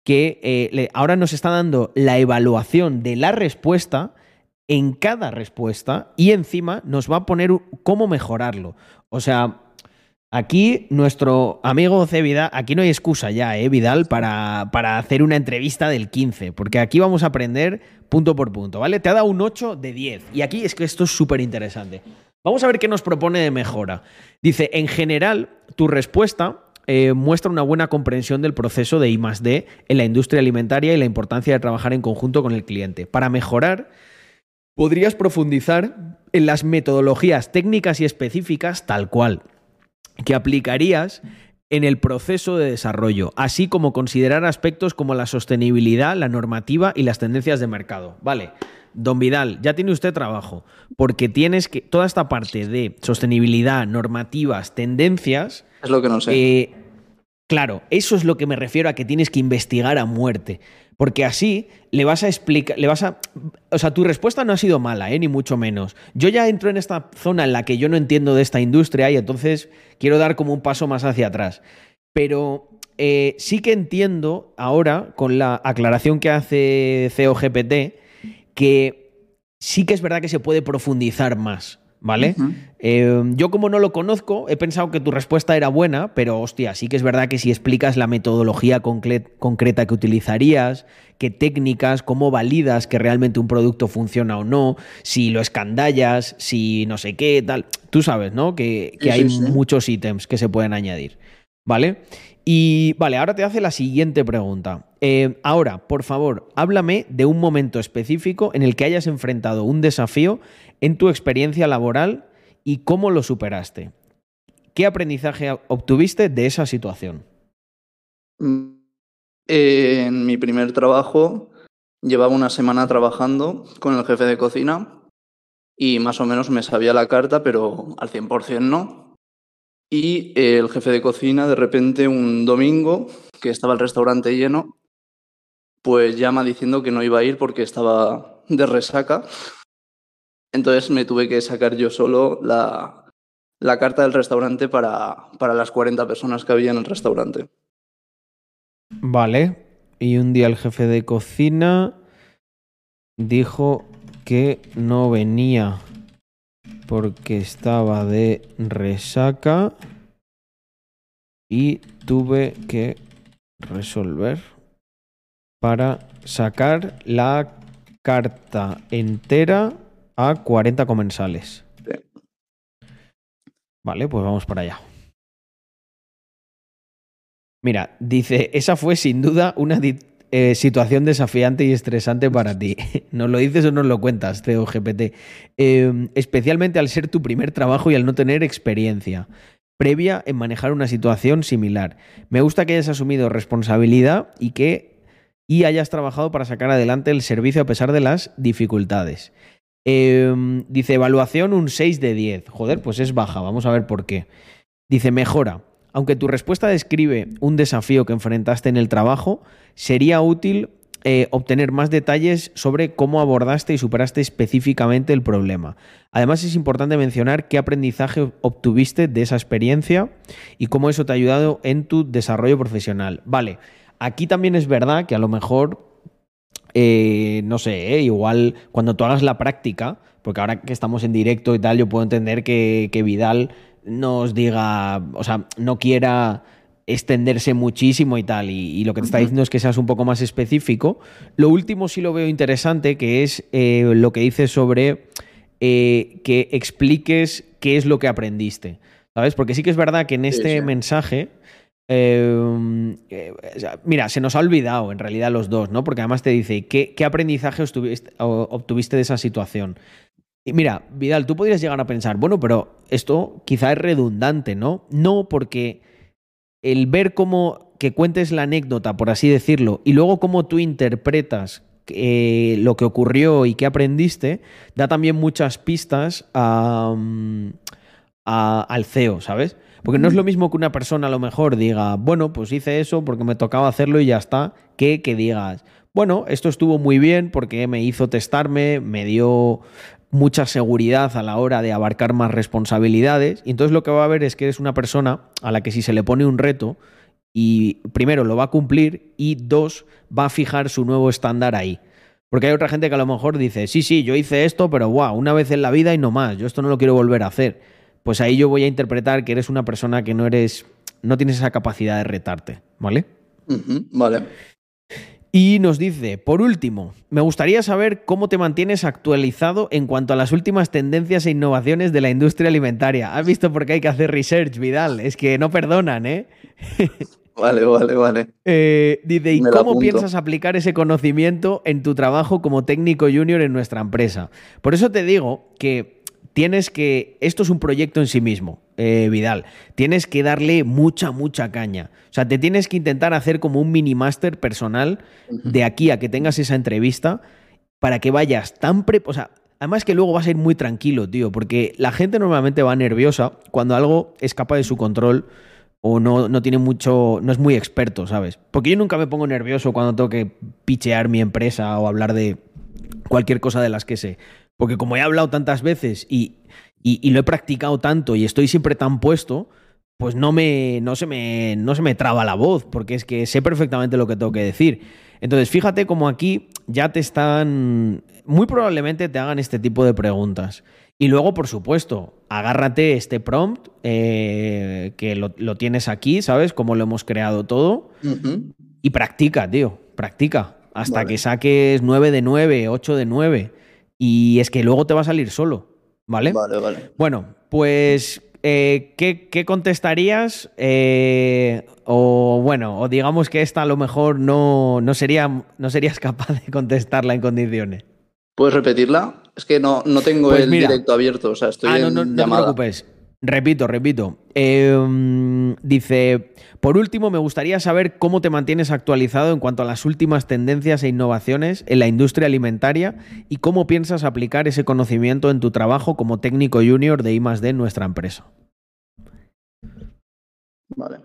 que ahora nos está dando la evaluación de la respuesta en cada respuesta y encima nos va a poner cómo mejorarlo. O sea, aquí nuestro amigo C. Vidal, aquí no hay excusa ya, Vidal, para hacer una entrevista del 15, porque aquí vamos a aprender punto por punto, ¿vale? Te ha dado un 8 de 10 y aquí es que esto es súper interesante. Vamos a ver qué nos propone de mejora. Dice, en general, tu respuesta muestra una buena comprensión del proceso de I+D en la industria alimentaria y la importancia de trabajar en conjunto con el cliente. Para mejorar, podrías profundizar en las metodologías técnicas y específicas tal cual que aplicarías en el proceso de desarrollo, así como considerar aspectos como la sostenibilidad, la normativa y las tendencias de mercado. Vale, don Vidal, ya tiene usted trabajo, porque tienes que toda esta parte de sostenibilidad, normativas, tendencias. Es lo que no sé. Claro, eso es lo que me refiero a que tienes que investigar a muerte. Porque así le vas a explicar, o sea, tu respuesta no ha sido mala, ni mucho menos. Yo ya entro en esta zona en la que yo no entiendo de esta industria y entonces quiero dar como un paso más hacia atrás. Pero sí que entiendo ahora, con la aclaración que hace COGPT, que sí que es verdad que se puede profundizar más, ¿vale? Yo como no lo conozco, he pensado que tu respuesta era buena, pero hostia, sí que es verdad que si explicas la metodología concreta que utilizarías, qué técnicas, cómo validas que realmente un producto funciona o no, si lo escandallas, si no sé qué, tal, tú sabes, ¿no? Que Sí, hay sí, sí. muchos ítems que se pueden añadir, ¿vale? Y vale, ahora te hace la siguiente pregunta. Ahora, por favor, háblame de un momento específico en el que hayas enfrentado un desafío en tu experiencia laboral y cómo lo superaste. ¿Qué aprendizaje obtuviste de esa situación? En mi primer trabajo llevaba una semana trabajando con el jefe de cocina y más o menos me sabía la carta, pero al 100% no. Y el jefe de cocina, de repente, un domingo, que estaba el restaurante lleno, pues llama diciendo que no iba a ir porque estaba de resaca. Entonces me tuve que sacar yo solo la carta del restaurante para las 40 personas que había en el restaurante. Vale. Y un día el jefe de cocina dijo que no venía porque estaba de resaca y tuve que resolver para sacar la carta entera a 40 comensales. Sí. Vale, pues vamos para allá. Mira, dice, esa fue sin duda una situación desafiante y estresante para ti. ¿Nos lo dices o nos lo cuentas, CeoGPT? Especialmente al ser tu primer trabajo y al no tener experiencia previa en manejar una situación similar. Me gusta que hayas asumido responsabilidad y hayas trabajado para sacar adelante el servicio a pesar de las dificultades. Dice, evaluación un 6 de 10. Joder, pues es baja, vamos a ver por qué. Dice, mejora. Aunque tu respuesta describe un desafío que enfrentaste en el trabajo, sería útil obtener más detalles sobre cómo abordaste y superaste específicamente el problema. Además, es importante mencionar qué aprendizaje obtuviste de esa experiencia y cómo eso te ha ayudado en tu desarrollo profesional. Vale, aquí también es verdad que a lo mejor, no sé, igual cuando tú hagas la práctica, porque ahora que estamos en directo y tal, yo puedo entender que Vidal nos diga, o sea, no quiera extenderse muchísimo y tal, y lo que te está diciendo es que seas un poco más específico. Lo último sí lo veo interesante, que es lo que dices sobre que expliques qué es lo que aprendiste, ¿sabes? Porque sí que es verdad que en este mensaje, mira, se nos ha olvidado en realidad los dos, ¿no? Porque además te dice, ¿qué aprendizaje obtuviste de esa situación? Y mira, Vidal, tú podrías llegar a pensar, bueno, pero esto quizá es redundante, ¿no? No, porque el ver cómo que cuentes la anécdota, por así decirlo, y luego cómo tú interpretas lo que ocurrió y qué aprendiste, da también muchas pistas al CEO, ¿sabes? Porque no es lo mismo que una persona a lo mejor diga, bueno, pues hice eso porque me tocaba hacerlo y ya está, que digas, bueno, esto estuvo muy bien porque me hizo testarme, me dio mucha seguridad a la hora de abarcar más responsabilidades, y entonces lo que va a ver es que eres una persona a la que si se le pone un reto, y primero lo va a cumplir y dos, va a fijar su nuevo estándar ahí. Porque hay otra gente que a lo mejor dice, sí, yo hice esto, pero wow, una vez en la vida y no más, yo esto no lo quiero volver a hacer. Pues ahí yo voy a interpretar que eres una persona que no tienes esa capacidad de retarte, ¿vale? Vale. Y nos dice, por último, me gustaría saber cómo te mantienes actualizado en cuanto a las últimas tendencias e innovaciones de la industria alimentaria. ¿Has visto por qué hay que hacer research, Vidal? Es que no perdonan, ¿eh? Vale. Dice, ¿y Me la cómo apunto. piensas aplicar ese conocimiento en tu trabajo como técnico junior en nuestra empresa? Por eso te digo que esto es un proyecto en sí mismo, Vidal. Tienes que darle mucha caña. O sea, te tienes que intentar hacer como un mini máster personal de aquí a que tengas esa entrevista para que vayas o sea, además que luego vas a ir muy tranquilo, tío, porque la gente normalmente va nerviosa cuando algo escapa de su control o no tiene mucho, no es muy experto, ¿sabes? Porque yo nunca me pongo nervioso cuando tengo que pichear mi empresa o hablar de cualquier cosa de las que sé. Porque como he hablado tantas veces y lo he practicado tanto y estoy siempre tan puesto, pues no se me traba la voz, porque es que sé perfectamente lo que tengo que decir. Entonces, fíjate como aquí ya muy probablemente te hagan este tipo de preguntas. Y luego, por supuesto, agárrate este prompt, que lo tienes aquí, ¿sabes? Como lo hemos creado todo. Y practica, tío, practica. Hasta que saques 9 de 9, 8 de 9. Y es que luego te va a salir solo, ¿vale? Vale. Bueno, pues, ¿qué contestarías? O digamos que esta a lo mejor no serías capaz de contestarla en condiciones. ¿Puedes repetirla? Es que no tengo Pues el mira, directo abierto, o sea, estoy no en te llamada. preocupes. Repito. Dice, por último, me gustaría saber cómo te mantienes actualizado en cuanto a las últimas tendencias e innovaciones en la industria alimentaria y cómo piensas aplicar ese conocimiento en tu trabajo como técnico junior de I+D en nuestra empresa. Vale.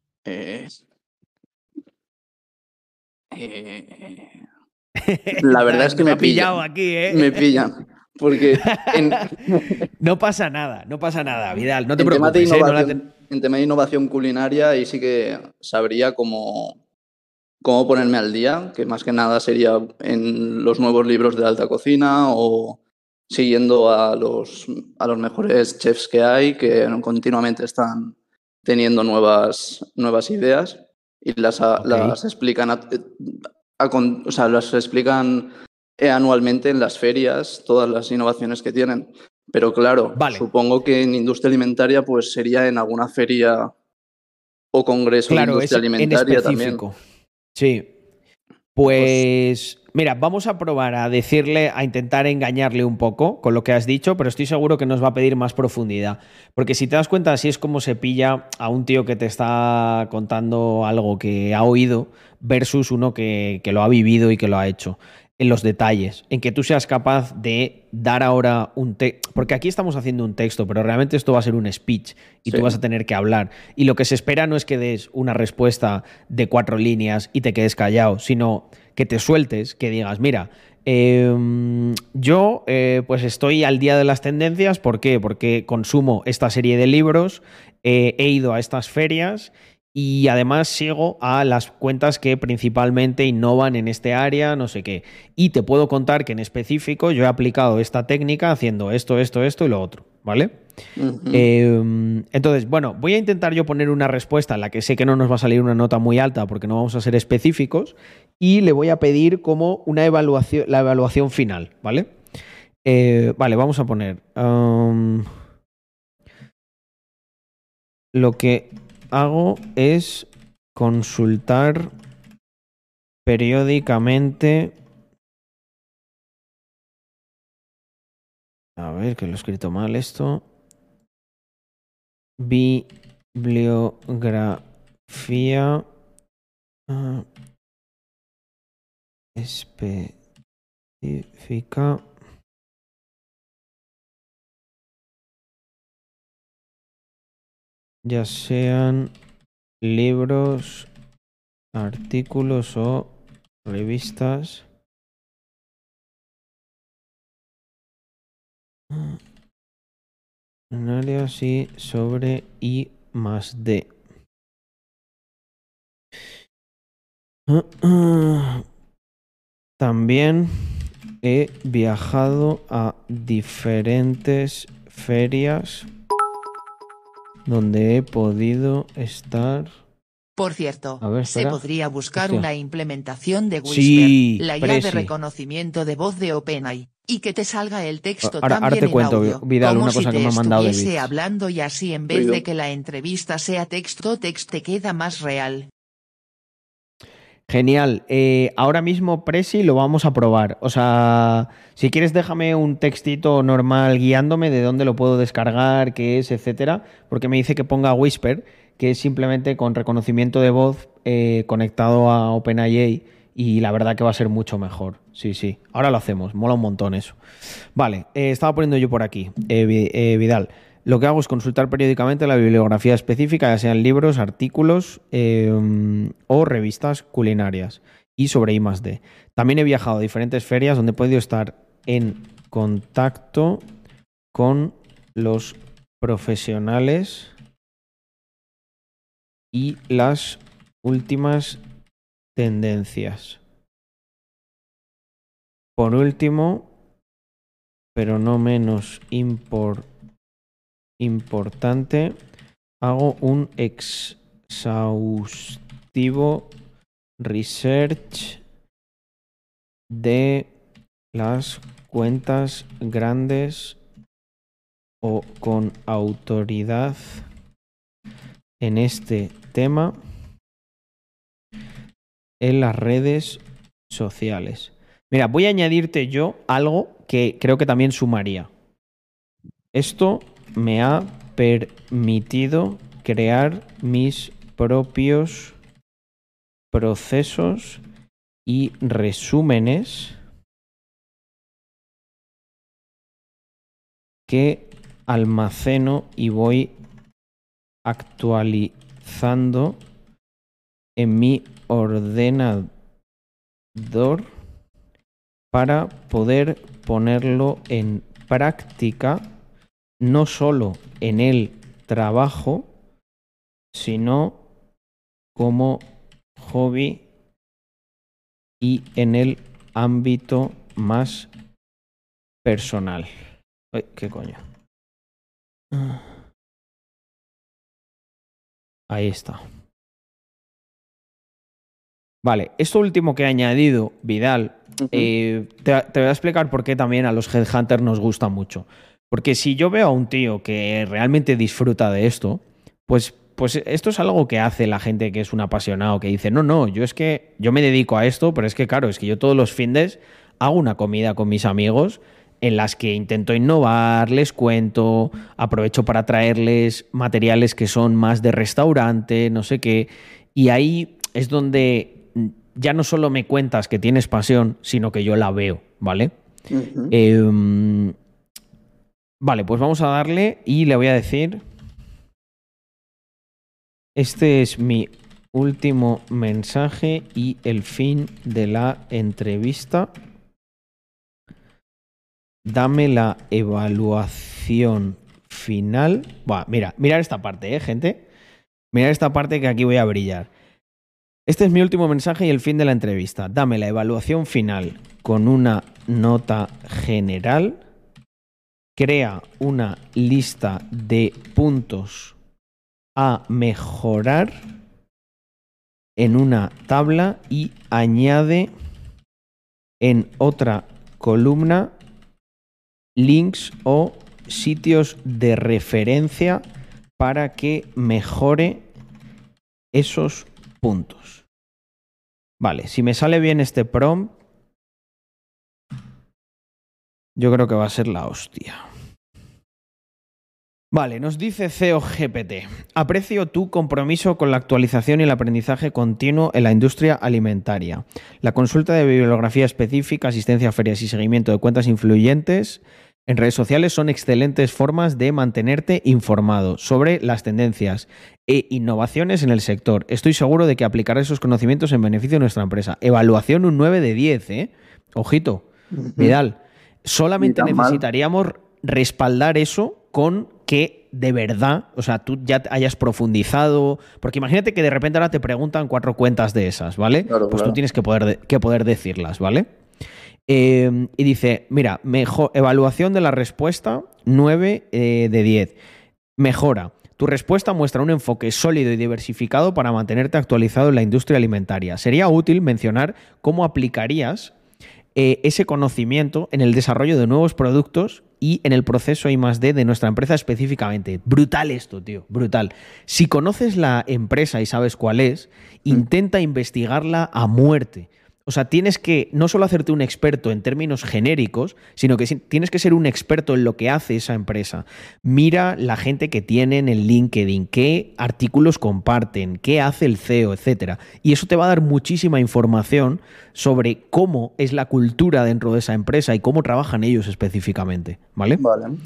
La verdad es que Me me ha pillado pillan. aquí, ¿eh? Me pillan. Porque No pasa nada, Vidal, no te en temas de preocupes, ¿eh? en tema de innovación culinaria, ahí sí que sabría cómo ponerme al día, que más que nada sería en los nuevos libros de alta cocina o siguiendo a los mejores chefs que hay, que continuamente están teniendo nuevas ideas y las explican, o sea, las explican anualmente en las ferias, todas las innovaciones que tienen. Pero claro, Vale. supongo que en industria alimentaria pues sería en alguna feria o congreso de industria alimentaria también. Sí. Pues mira, vamos a probar a decirle, a intentar engañarle un poco con lo que has dicho, pero estoy seguro que nos va a pedir más profundidad. Porque si te das cuenta, así es como se pilla a un tío que te está contando algo que ha oído versus uno que lo ha vivido y que lo ha hecho. En los detalles, en que tú seas capaz de dar ahora un texto, porque aquí estamos haciendo un texto, pero realmente esto va a ser un speech y Sí. tú vas a tener que hablar. Y lo que se espera no es que des una respuesta de 4 líneas y te quedes callado, sino que te sueltes, que digas, mira, yo pues estoy al día de las tendencias, ¿por qué? Porque consumo esta serie de libros, he ido a estas ferias y además sigo a las cuentas que principalmente innovan en este área, no sé qué. Y te puedo contar que en específico yo he aplicado esta técnica haciendo esto y lo otro, ¿vale? Entonces, bueno, voy a intentar yo poner una respuesta en la que sé que no nos va a salir una nota muy alta porque no vamos a ser específicos y le voy a pedir como una evaluación, la evaluación final, ¿vale? Vale, vamos a poner lo que hago es consultar periódicamente. A ver, que lo he escrito mal esto. Bibliografía específica ya sean libros, artículos o revistas en áreas y sobre I+D. También he viajado a diferentes ferias donde he podido estar. Por cierto, A ver, se espera. podría buscar Hostia. una implementación de Whisper, Sí, la IA de Presi. reconocimiento de voz de OpenAI, y que te salga el texto Ahora también te en cuento, audio, Vidal, como una si cosa que te me ha mandado de estuviese Bits. hablando y así en vez de que la entrevista sea texto te queda más real. Genial. Ahora mismo, Presi, lo vamos a probar. O sea, si quieres, déjame un textito normal guiándome de dónde lo puedo descargar, qué es, etcétera, porque me dice que ponga Whisper, que es simplemente con reconocimiento de voz conectado a OpenAI, y la verdad que va a ser mucho mejor. Sí, sí. Ahora lo hacemos. Mola un montón eso. Vale, estaba poniendo yo por aquí, Vidal. Lo que hago es consultar periódicamente la bibliografía específica, ya sean libros, artículos o revistas culinarias y sobre I+D. También he viajado a diferentes ferias donde he podido estar en contacto con los profesionales y las últimas tendencias. Por último, pero no menos importante, hago un exhaustivo research de las cuentas grandes o con autoridad en este tema en las redes sociales. Mira, voy a añadirte yo algo que creo que también sumaría. Esto me ha permitido crear mis propios procesos y resúmenes que almaceno y voy actualizando en mi ordenador para poder ponerlo en práctica no solo en el trabajo, sino como hobby y en el ámbito más personal. Ay, ¿qué coño? Ahí está. Vale, esto último que he añadido, Vidal, te voy a explicar por qué también a los headhunters nos gusta mucho. Porque si yo veo a un tío que realmente disfruta de esto, pues esto es algo que hace la gente que es un apasionado, que dice, no, yo es que yo me dedico a esto, pero es que claro, es que yo todos los findes hago una comida con mis amigos en las que intento innovar, les cuento, aprovecho para traerles materiales que son más de restaurante, no sé qué, y ahí es donde ya no solo me cuentas que tienes pasión, sino que yo la veo, ¿vale? Vale, pues vamos a darle y le voy a decir, este es mi último mensaje y el fin de la entrevista. Dame la evaluación final. Buah, mirad esta parte, gente. Mirad esta parte que aquí voy a brillar. Este es mi último mensaje y el fin de la entrevista. Dame la evaluación final con una nota general. Crea una lista de puntos a mejorar en una tabla y añade en otra columna links o sitios de referencia para que mejore esos puntos. Vale, si me sale bien este prompt, yo creo que va a ser la hostia. Vale, nos dice CeoGPT. Aprecio tu compromiso con la actualización y el aprendizaje continuo en la industria alimentaria. La consulta de bibliografía específica, asistencia a ferias y seguimiento de cuentas influyentes en redes sociales son excelentes formas de mantenerte informado sobre las tendencias e innovaciones en el sector. Estoy seguro de que aplicarás esos conocimientos en beneficio de nuestra empresa. Evaluación un 9 de 10, ¿eh? Ojito, Vidal. Solamente necesitaríamos respaldar eso con que de verdad, o sea, tú ya hayas profundizado, porque imagínate que de repente ahora te preguntan 4 cuentas de esas, ¿vale? Claro, pues claro. tú tienes que poder decirlas, ¿vale? Y dice, mira, mejor evaluación de la respuesta 9 de 10. Mejora. Tu respuesta muestra un enfoque sólido y diversificado para mantenerte actualizado en la industria alimentaria. Sería útil mencionar cómo aplicarías ese conocimiento en el desarrollo de nuevos productos y en el proceso I+D de nuestra empresa específicamente. Brutal esto, tío, brutal. Si conoces la empresa y sabes cuál es, intenta investigarla a muerte. O sea, tienes que no solo hacerte un experto en términos genéricos, sino que tienes que ser un experto en lo que hace esa empresa. Mira la gente que tienen en LinkedIn, qué artículos comparten, qué hace el CEO, etcétera. Y eso te va a dar muchísima información sobre cómo es la cultura dentro de esa empresa y cómo trabajan ellos específicamente, ¿vale? Vale.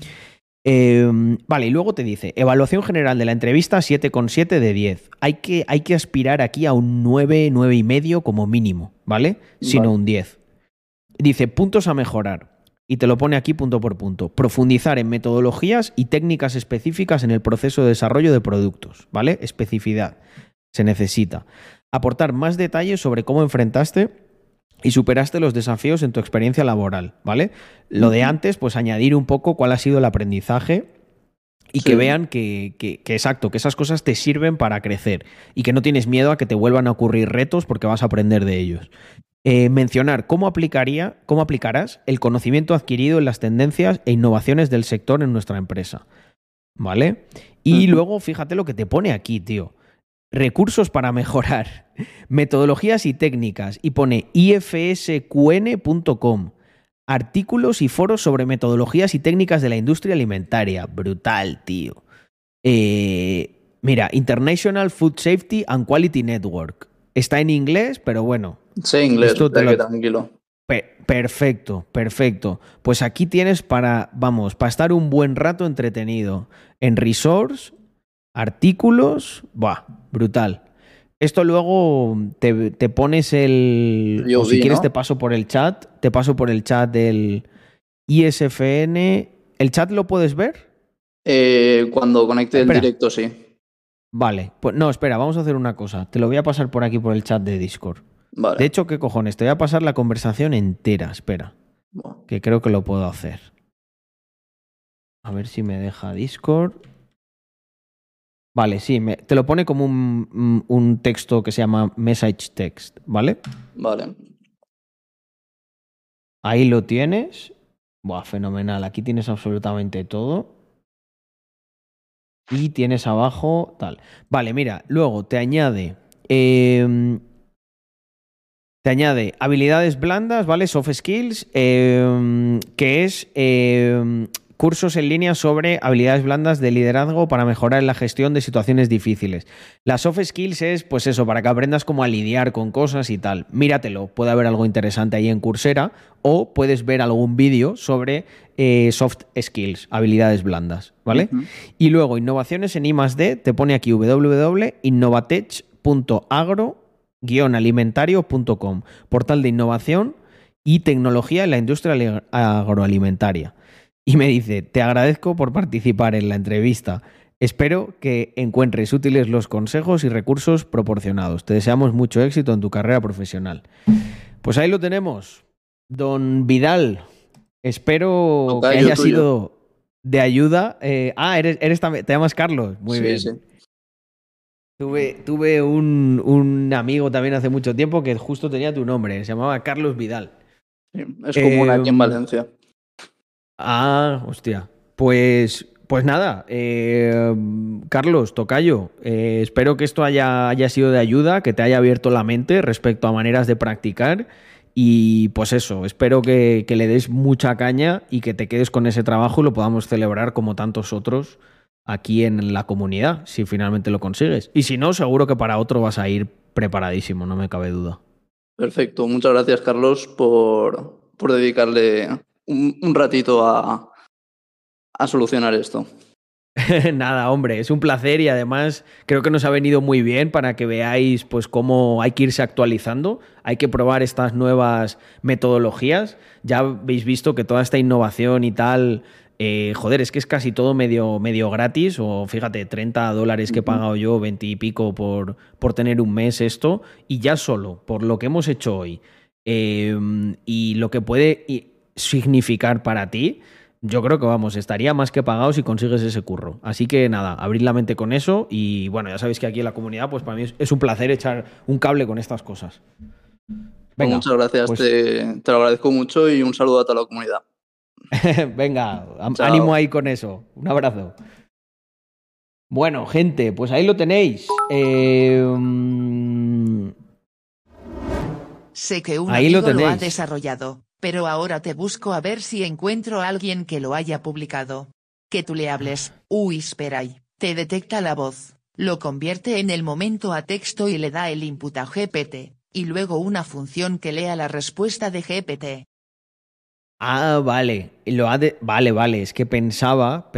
Vale, y luego te dice, evaluación general de la entrevista 7,7 de 10. Hay que aspirar aquí a un 9, 9,5 como mínimo, ¿vale? Si no un 10. Dice, puntos a mejorar. Y te lo pone aquí punto por punto. Profundizar en metodologías y técnicas específicas en el proceso de desarrollo de productos, ¿vale? Especificidad. Se necesita. Aportar más detalles sobre cómo enfrentaste y superaste los desafíos en tu experiencia laboral, ¿vale? Lo de antes, pues añadir un poco cuál ha sido el aprendizaje y que vean que exacto, que esas cosas te sirven para crecer y que no tienes miedo a que te vuelvan a ocurrir retos porque vas a aprender de ellos. Mencionar cómo aplicarás el conocimiento adquirido en las tendencias e innovaciones del sector en nuestra empresa, ¿vale? Y luego, fíjate lo que te pone aquí, tío. Recursos para mejorar, metodologías y técnicas, y pone ifsqn.com, artículos y foros sobre metodologías y técnicas de la industria alimentaria. Brutal, tío. Mira, International Food Safety and Quality Network. Está en inglés, pero bueno. Sé inglés, tranquilo. Perfecto, perfecto. Pues aquí tienes para estar un buen rato entretenido. En resource, artículos, brutal. Esto luego te pones el... Yo si quieres, ¿no? te paso por el chat del ISFN. ¿El chat lo puedes ver? Cuando conecte el directo, sí. Vale, pues no, espera, vamos a hacer una cosa. Te lo voy a pasar por aquí por el chat de Discord. Vale. De hecho, ¿qué cojones? Te voy a pasar la conversación entera, espera. Que creo que lo puedo hacer. A ver si me deja Discord. Vale, sí, te lo pone como un texto que se llama message text, ¿vale? Vale. Ahí lo tienes. Buah, fenomenal. Aquí tienes absolutamente todo. Y tienes abajo tal. Vale, mira, luego te añade habilidades blandas, ¿vale? Soft skills, que es cursos en línea sobre habilidades blandas de liderazgo para mejorar la gestión de situaciones difíciles. Las soft skills es, pues eso, para que aprendas cómo a lidiar con cosas y tal. Míratelo, puede haber algo interesante ahí en Coursera o puedes ver algún vídeo sobre soft skills, habilidades blandas, ¿vale? Ujú. Y luego, innovaciones en I+D, te pone aquí www.innovatech.agro-alimentario.com, portal de innovación y tecnología en la industria agroalimentaria. Y me dice, te agradezco por participar en la entrevista. Espero que encuentres útiles los consejos y recursos proporcionados. Te deseamos mucho éxito en tu carrera profesional. Pues ahí lo tenemos. Don Vidal, espero que Tocayo haya tuyo. sido de ayuda. Eres también, te llamas Carlos. Muy Sí, sí. bien. Tuve un amigo también hace mucho tiempo que justo tenía tu nombre. Se llamaba Carlos Vidal. Sí, es común aquí en Em, Valencia. Hostia. Pues nada, Carlos, tocayo, espero que esto haya sido de ayuda, que te haya abierto la mente respecto a maneras de practicar y pues eso, espero que le des mucha caña y que te quedes con ese trabajo y lo podamos celebrar como tantos otros aquí en la comunidad, si finalmente lo consigues. Y si no, seguro que para otro vas a ir preparadísimo, no me cabe duda. Perfecto. Muchas gracias, Carlos, por dedicarle un ratito a solucionar esto. Nada, hombre, es un placer y además creo que nos ha venido muy bien para que veáis pues cómo hay que irse actualizando, hay que probar estas nuevas metodologías. Ya habéis visto que toda esta innovación y tal, joder, es que es casi todo medio gratis o fíjate, $30 que he Ujú. pagado yo, 20 y pico por tener un mes esto y ya solo por lo que hemos hecho hoy y lo que puede significar para ti. Yo creo que vamos, estaría más que pagado si consigues ese curro. Así que nada, abrid la mente con eso y bueno, ya sabéis que aquí en la comunidad, pues para mí es un placer echar un cable con estas cosas. Pues Venga, muchas gracias, pues te lo agradezco mucho y un saludo a toda la comunidad. venga, ánimo Chao. ahí con eso. Un abrazo. Bueno, gente, pues ahí lo tenéis. Sé que un Ahí lo amigo lo ha tenéis. desarrollado, pero ahora te busco a ver si encuentro a alguien que lo haya publicado. Que tú le hables, espera ahí, te detecta la voz, lo convierte en el momento a texto y le da el input a GPT, y luego una función que lea la respuesta de GPT. Vale. Vale. Es que pensaba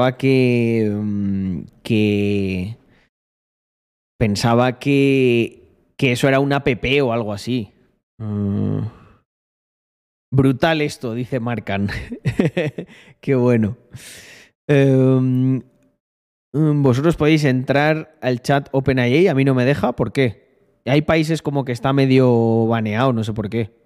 pensaba que eso era una app o algo así. Mm. Brutal esto, dice Marcan. Qué bueno. Em, Vosotros podéis entrar al chat OpenAI, a mí no me deja, ¿por qué? Hay países como que está medio baneado, no sé por qué.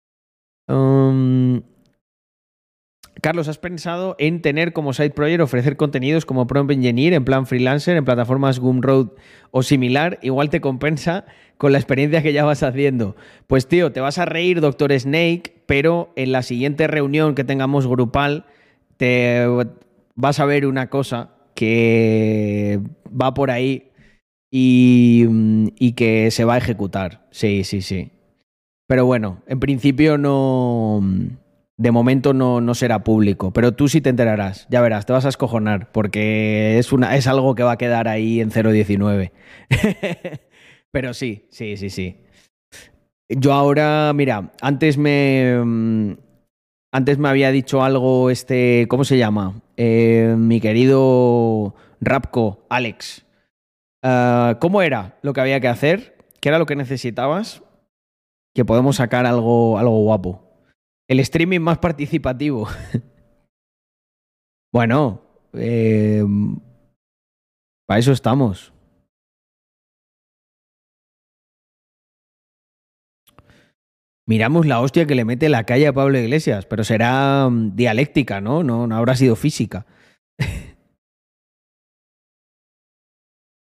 Em, Carlos, ¿has pensado en tener como side project ofrecer contenidos como prompt engineer en plan freelancer en plataformas Gumroad o similar? Igual te compensa con la experiencia que ya vas haciendo. Pues tío, te vas a reír, Doctor Snake, pero en la siguiente reunión que tengamos grupal te vas a ver una cosa que va por ahí y que se va a ejecutar. Sí, sí, sí. Pero bueno, en principio no. De momento no será público, pero tú sí te enterarás, ya verás, te vas a escojonar, porque es algo que va a quedar ahí en 0.19. Pero sí, sí, sí, sí. Yo ahora, mira, antes me había dicho algo ¿cómo se llama? Mi querido Rapco, Alex. ¿Cómo era lo que había que hacer? ¿Qué era lo que necesitabas? Que podemos sacar algo guapo. El streaming más participativo. Bueno, para eso estamos. Miramos la hostia que le mete la calle a Pablo Iglesias, pero será dialéctica, ¿no? No habrá sido física.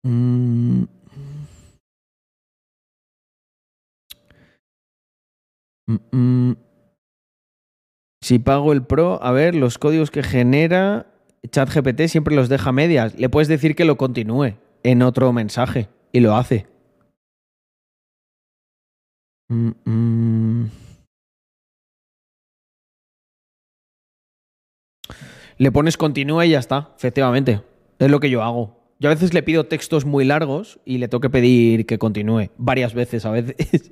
Mm, mm, mm. Si pago el Pro, a ver, los códigos que genera ChatGPT siempre los deja a medias. Le puedes decir que lo continúe en otro mensaje y lo hace. Mm, mm. Le pones continúa y ya está, efectivamente. Es lo que yo hago. Yo a veces le pido textos muy largos y le tengo que pedir que continúe. Varias veces a veces.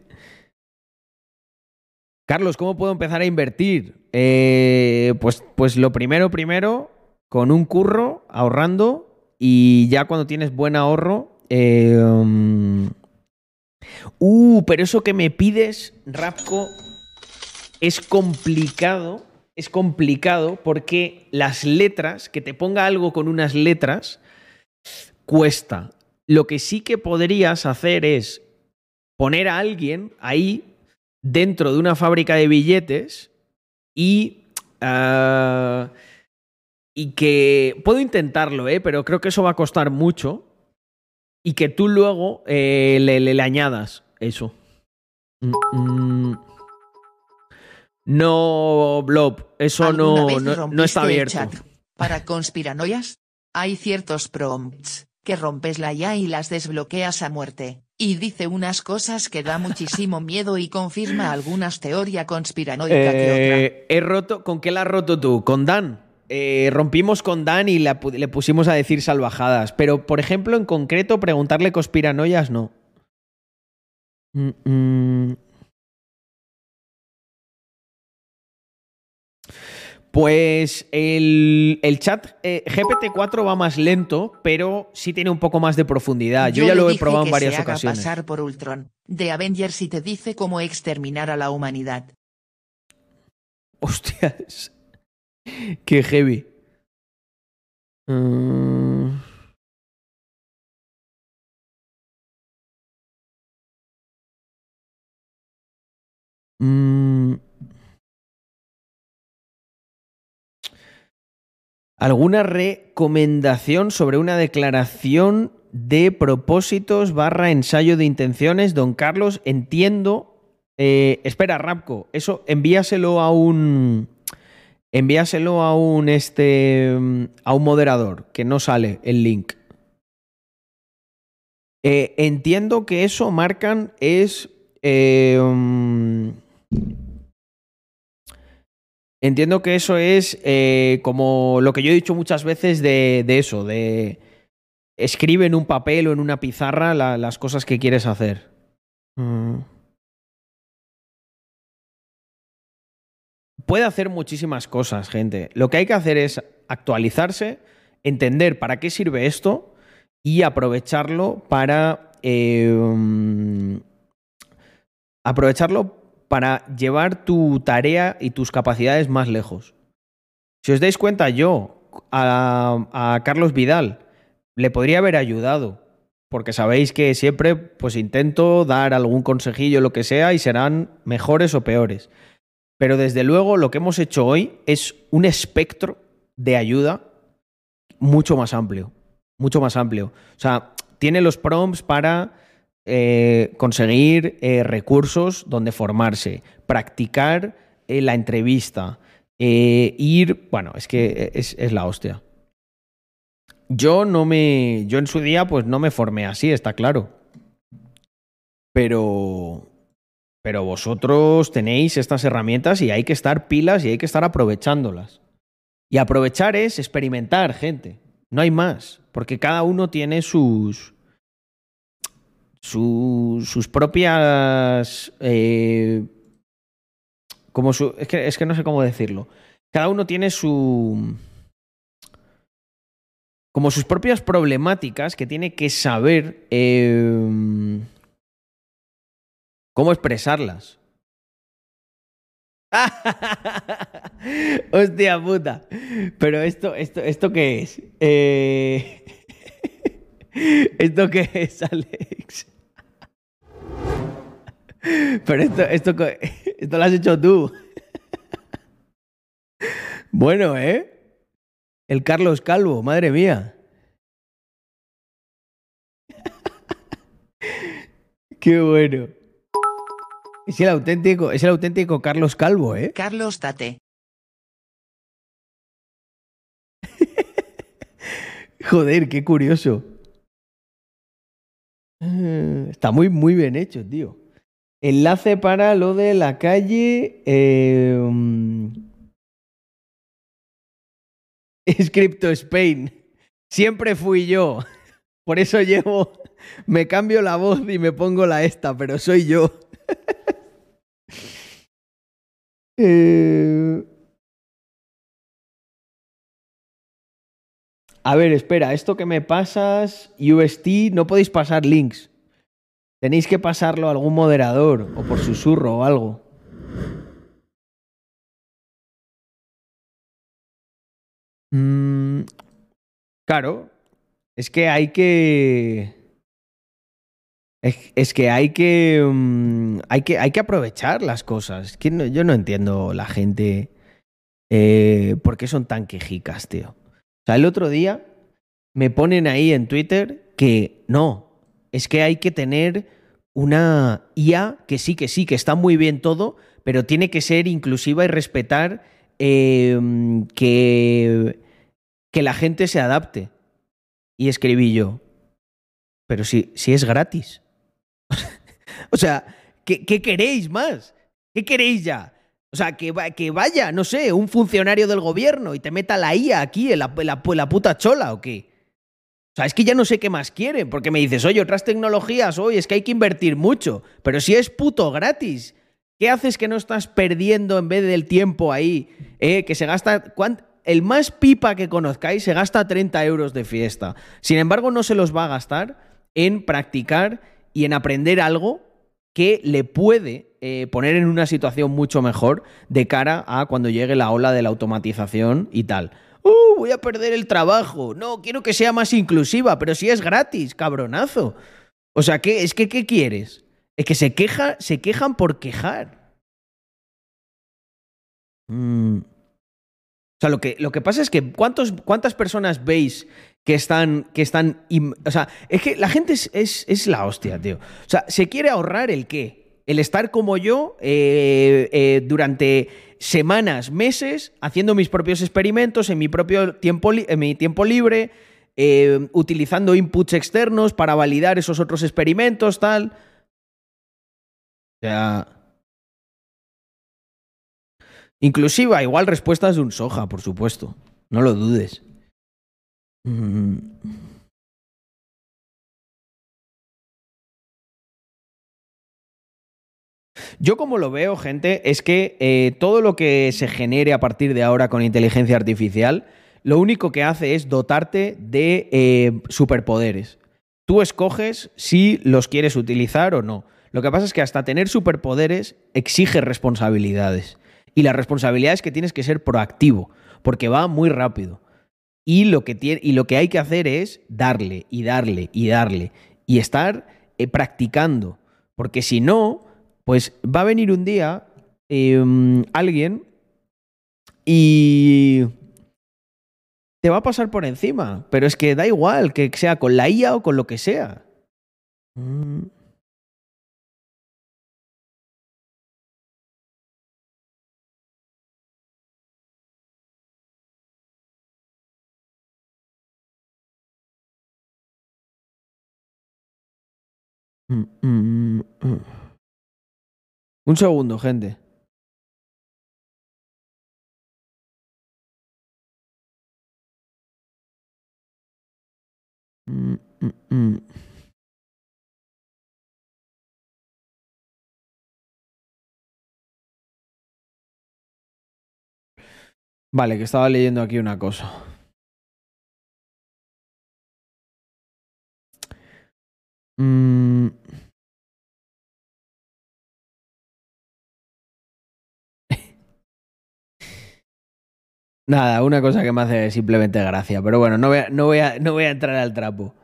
Carlos, ¿cómo puedo empezar a invertir? Pues lo primero, con un curro, ahorrando, y ya cuando tienes buen ahorro. Pero eso que me pides, Rapco, es complicado. Es complicado porque las letras, que te ponga algo con unas letras, cuesta. Lo que sí que podrías hacer es poner a alguien ahí dentro de una fábrica de billetes y, y que... Puedo intentarlo, pero creo que eso va a costar mucho y que tú luego le añadas eso. No, Blob, eso ¿Alguna vez no está rompiste el abierto. chat para conspiranoias? Hay ciertos prompts que rompes la IA y las desbloqueas a muerte, y dice unas cosas que da muchísimo miedo y confirma algunas teoría conspiranoica que He roto. ¿Con qué la has roto tú? ¿Con Dan? Rompimos con Dan y le pusimos a decir salvajadas. Pero, por ejemplo, en concreto, preguntarle conspiranoias, no. Pues el chat GPT-4 va más lento, pero sí tiene un poco más de profundidad. Yo ya lo he probado en varias ocasiones. Se haga pasar por Ultron de Avengers y te dice cómo exterminar a la humanidad. Hostias. Qué heavy. ¿Alguna recomendación sobre una declaración de propósitos / ensayo de intenciones? Don Carlos, entiendo... espera, Rapco, eso envíaselo a un... Envíaselo a un moderador, que no sale el link. Entiendo que eso, Marcan, es... entiendo que eso es como lo que yo he dicho muchas veces de eso, de escribe en un papel o en una pizarra las cosas que quieres hacer. Puede hacer muchísimas cosas, gente. Lo que hay que hacer es actualizarse, entender para qué sirve esto y aprovecharlo para... aprovecharlo para llevar tu tarea y tus capacidades más lejos. Si os dais cuenta, yo a Carlos Vidal le podría haber ayudado, porque sabéis que siempre pues intento dar algún consejillo, lo que sea, y serán mejores o peores. Pero desde luego lo que hemos hecho hoy es un espectro de ayuda mucho más amplio. Mucho más amplio. O sea, tiene los prompts para conseguir recursos donde formarse, practicar la entrevista, ir... Bueno, es que es la hostia. Yo en su día pues no me formé así, está claro. Pero vosotros tenéis estas herramientas y hay que estar pilas y hay que estar aprovechándolas. Y aprovechar es experimentar, gente. No hay más. Porque cada uno tiene sus propias... es que no sé cómo decirlo. Cada uno tiene como sus propias problemáticas que tiene que saber cómo expresarlas. Hostia puta. Pero ¿esto qué es? ¿Esto qué es, Alex? Pero esto lo has hecho tú. Bueno, ¿eh? El Carlos Calvo, madre mía. Qué bueno. Es el auténtico Carlos Calvo, ¿eh? Carlos Tate. Joder, qué curioso. Está muy, muy bien hecho, tío. Enlace para lo de la calle. Es Crypto Spain. Siempre fui yo. Por eso me cambio la voz y me pongo la esta, pero soy yo. A ver, espera, esto que me pasas, UST, no podéis pasar links. Tenéis que pasarlo a algún moderador o por susurro o algo. Claro, es que hay que... Es que hay que aprovechar las cosas. Es que yo no entiendo la gente por qué son tan quejicas, tío. O sea, el otro día me ponen ahí en Twitter que no, es que hay que tener una IA que sí, que está muy bien todo, pero tiene que ser inclusiva y respetar que la gente se adapte. Y escribí yo, pero si es gratis. O sea, ¿qué queréis más? ¿Qué queréis ya? O sea, que vaya, no sé, un funcionario del gobierno y te meta la IA aquí en la puta chola o qué. O sea, es que ya no sé qué más quieren, porque me dices, oye, otras tecnologías, oye, es que hay que invertir mucho, pero si es puto gratis, ¿qué haces que no estás perdiendo en vez del tiempo ahí? Que se gasta... El más pipa que conozcáis se gasta 30 euros de fiesta. Sin embargo, no se los va a gastar en practicar y en aprender algo que le puede poner en una situación mucho mejor de cara a cuando llegue la ola de la automatización y tal. Voy a perder el trabajo. No, quiero que sea más inclusiva, pero si es gratis, cabronazo. O sea, ¿qué quieres? Es que se quejan por quejar. O sea, lo que pasa es que ¿cuántas personas veis que están o sea, es que la gente es la hostia, tío. O sea, ¿se quiere ahorrar el qué? El estar como yo durante semanas, meses, haciendo mis propios experimentos en mi propio tiempo, en mi tiempo libre, utilizando inputs externos para validar esos otros experimentos, tal. O sea... Inclusiva, igual respuestas de un soja, por supuesto. No lo dudes. Yo como lo veo, gente, es que todo lo que se genere a partir de ahora con inteligencia artificial, lo único que hace es dotarte de superpoderes. Tú escoges si los quieres utilizar o no. Lo que pasa es que hasta tener superpoderes exige responsabilidades. Y la responsabilidad es que tienes que ser proactivo, porque va muy rápido. Y lo que hay que hacer es darle y darle y darle y estar practicando. Porque si no, pues va a venir un día alguien y te va a pasar por encima. Pero es que da igual que sea con la IA o con lo que sea. Un segundo, gente. Vale, que estaba leyendo aquí una cosa. Nada, una cosa que me hace simplemente gracia. Pero bueno, no voy a entrar al trapo.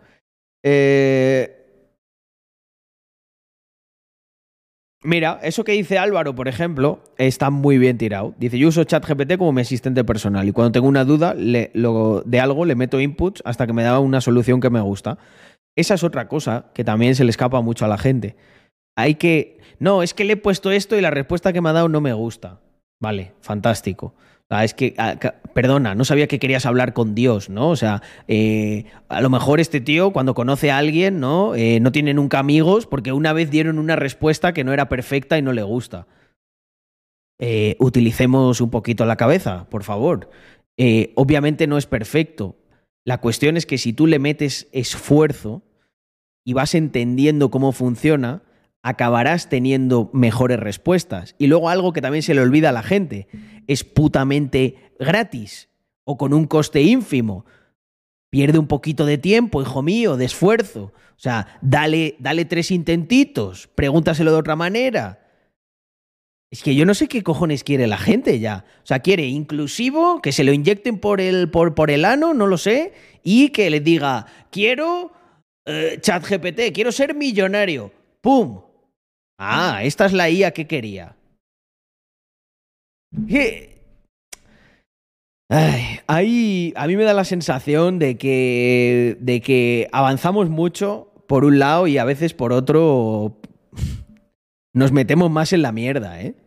Mira, eso que dice Álvaro, por ejemplo, está muy bien tirado. Dice, yo uso ChatGPT como mi asistente personal y cuando tengo una duda de algo le meto inputs hasta que me da una solución que me gusta. Esa es otra cosa que también se le escapa mucho a la gente. No, es que le he puesto esto y la respuesta que me ha dado no me gusta. Vale, fantástico. O sea, es que, perdona, no sabía que querías hablar con Dios, ¿no? O sea, a lo mejor este tío, cuando conoce a alguien, ¿no? No tiene nunca amigos porque una vez dieron una respuesta que no era perfecta y no le gusta. Utilicemos un poquito la cabeza, por favor. Obviamente no es perfecto. La cuestión es que si tú le metes esfuerzo y vas entendiendo cómo funciona, acabarás teniendo mejores respuestas. Y luego algo que también se le olvida a la gente, es putamente gratis o con un coste ínfimo. Pierde un poquito de tiempo, hijo mío, de esfuerzo. O sea, dale 3 intentitos, pregúntaselo de otra manera. Es que yo no sé qué cojones quiere la gente ya. O sea, quiere inclusivo, que se lo inyecten por el ano, no lo sé, y que le diga, quiero ChatGPT, quiero ser millonario. ¡Pum! Ah, esta es la IA que quería. Ay, a mí me da la sensación de que avanzamos mucho por un lado y a veces por otro nos metemos más en la mierda, ¿eh?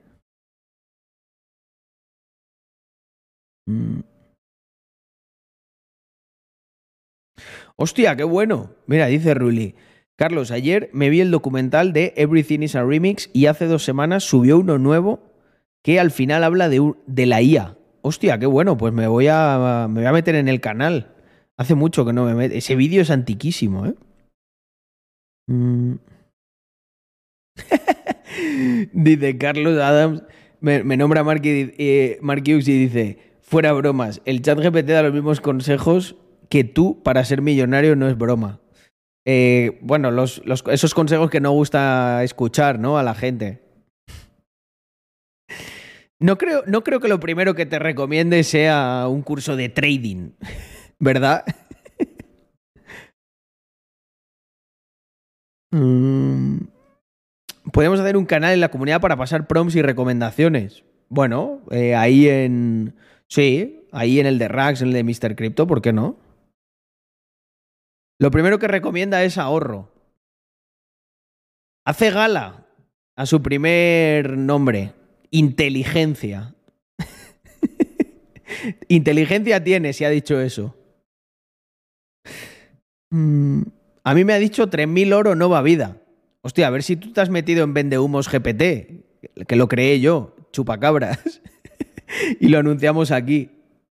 Hostia, qué bueno. Mira, dice Ruli. Carlos, ayer me vi el documental de Everything is a Remix y hace 2 semanas subió uno nuevo que al final habla de la IA. Hostia, qué bueno, pues me voy a meter en el canal. Hace mucho que no me meto. Ese vídeo es antiquísimo, ¿eh? Dice Carlos Adams, me nombra Mark Hughes y dice, fuera bromas, el ChatGPT da los mismos consejos que tú para ser millonario, no es broma. Bueno, esos consejos que no gusta escuchar, ¿no? A la gente. No creo que lo primero que te recomiende sea un curso de trading, ¿verdad? Podemos hacer un canal en la comunidad para pasar prompts y recomendaciones. Bueno, ahí en... Sí, ahí en el de Rax, en el de Mr. Crypto, ¿por qué no? Lo primero que recomienda es ahorro. Hace gala a su primer nombre, inteligencia. Inteligencia tiene, si ha dicho eso. A mí me ha dicho 3.000 oro no va vida. Hostia, a ver si tú te has metido en Vendehumos GPT, que lo creé yo, chupacabras, y lo anunciamos aquí.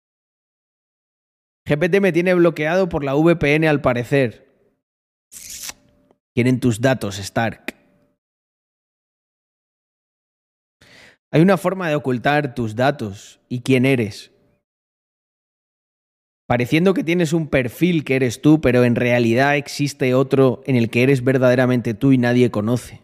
GPT me tiene bloqueado por la VPN al parecer. Quieren tus datos, Stark. Hay una forma de ocultar tus datos y quién eres. Pareciendo que tienes un perfil que eres tú, pero en realidad existe otro en el que eres verdaderamente tú y nadie conoce.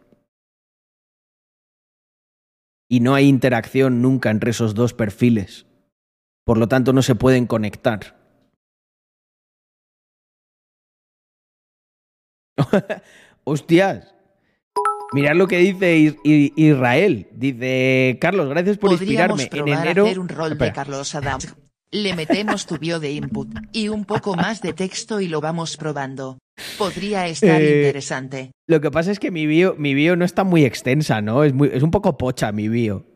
Y no hay interacción nunca entre esos 2 perfiles. Por lo tanto, no se pueden conectar. Hostias. Mirad lo que dice Israel. Dice, Carlos, gracias por inspirarme. En enero... Hacer un rol de Carlos Adams. Le metemos tu bio de input y un poco más de texto y lo vamos probando. Podría estar interesante. Lo que pasa es que mi bio no está muy extensa, ¿no? Es un poco pocha mi bio.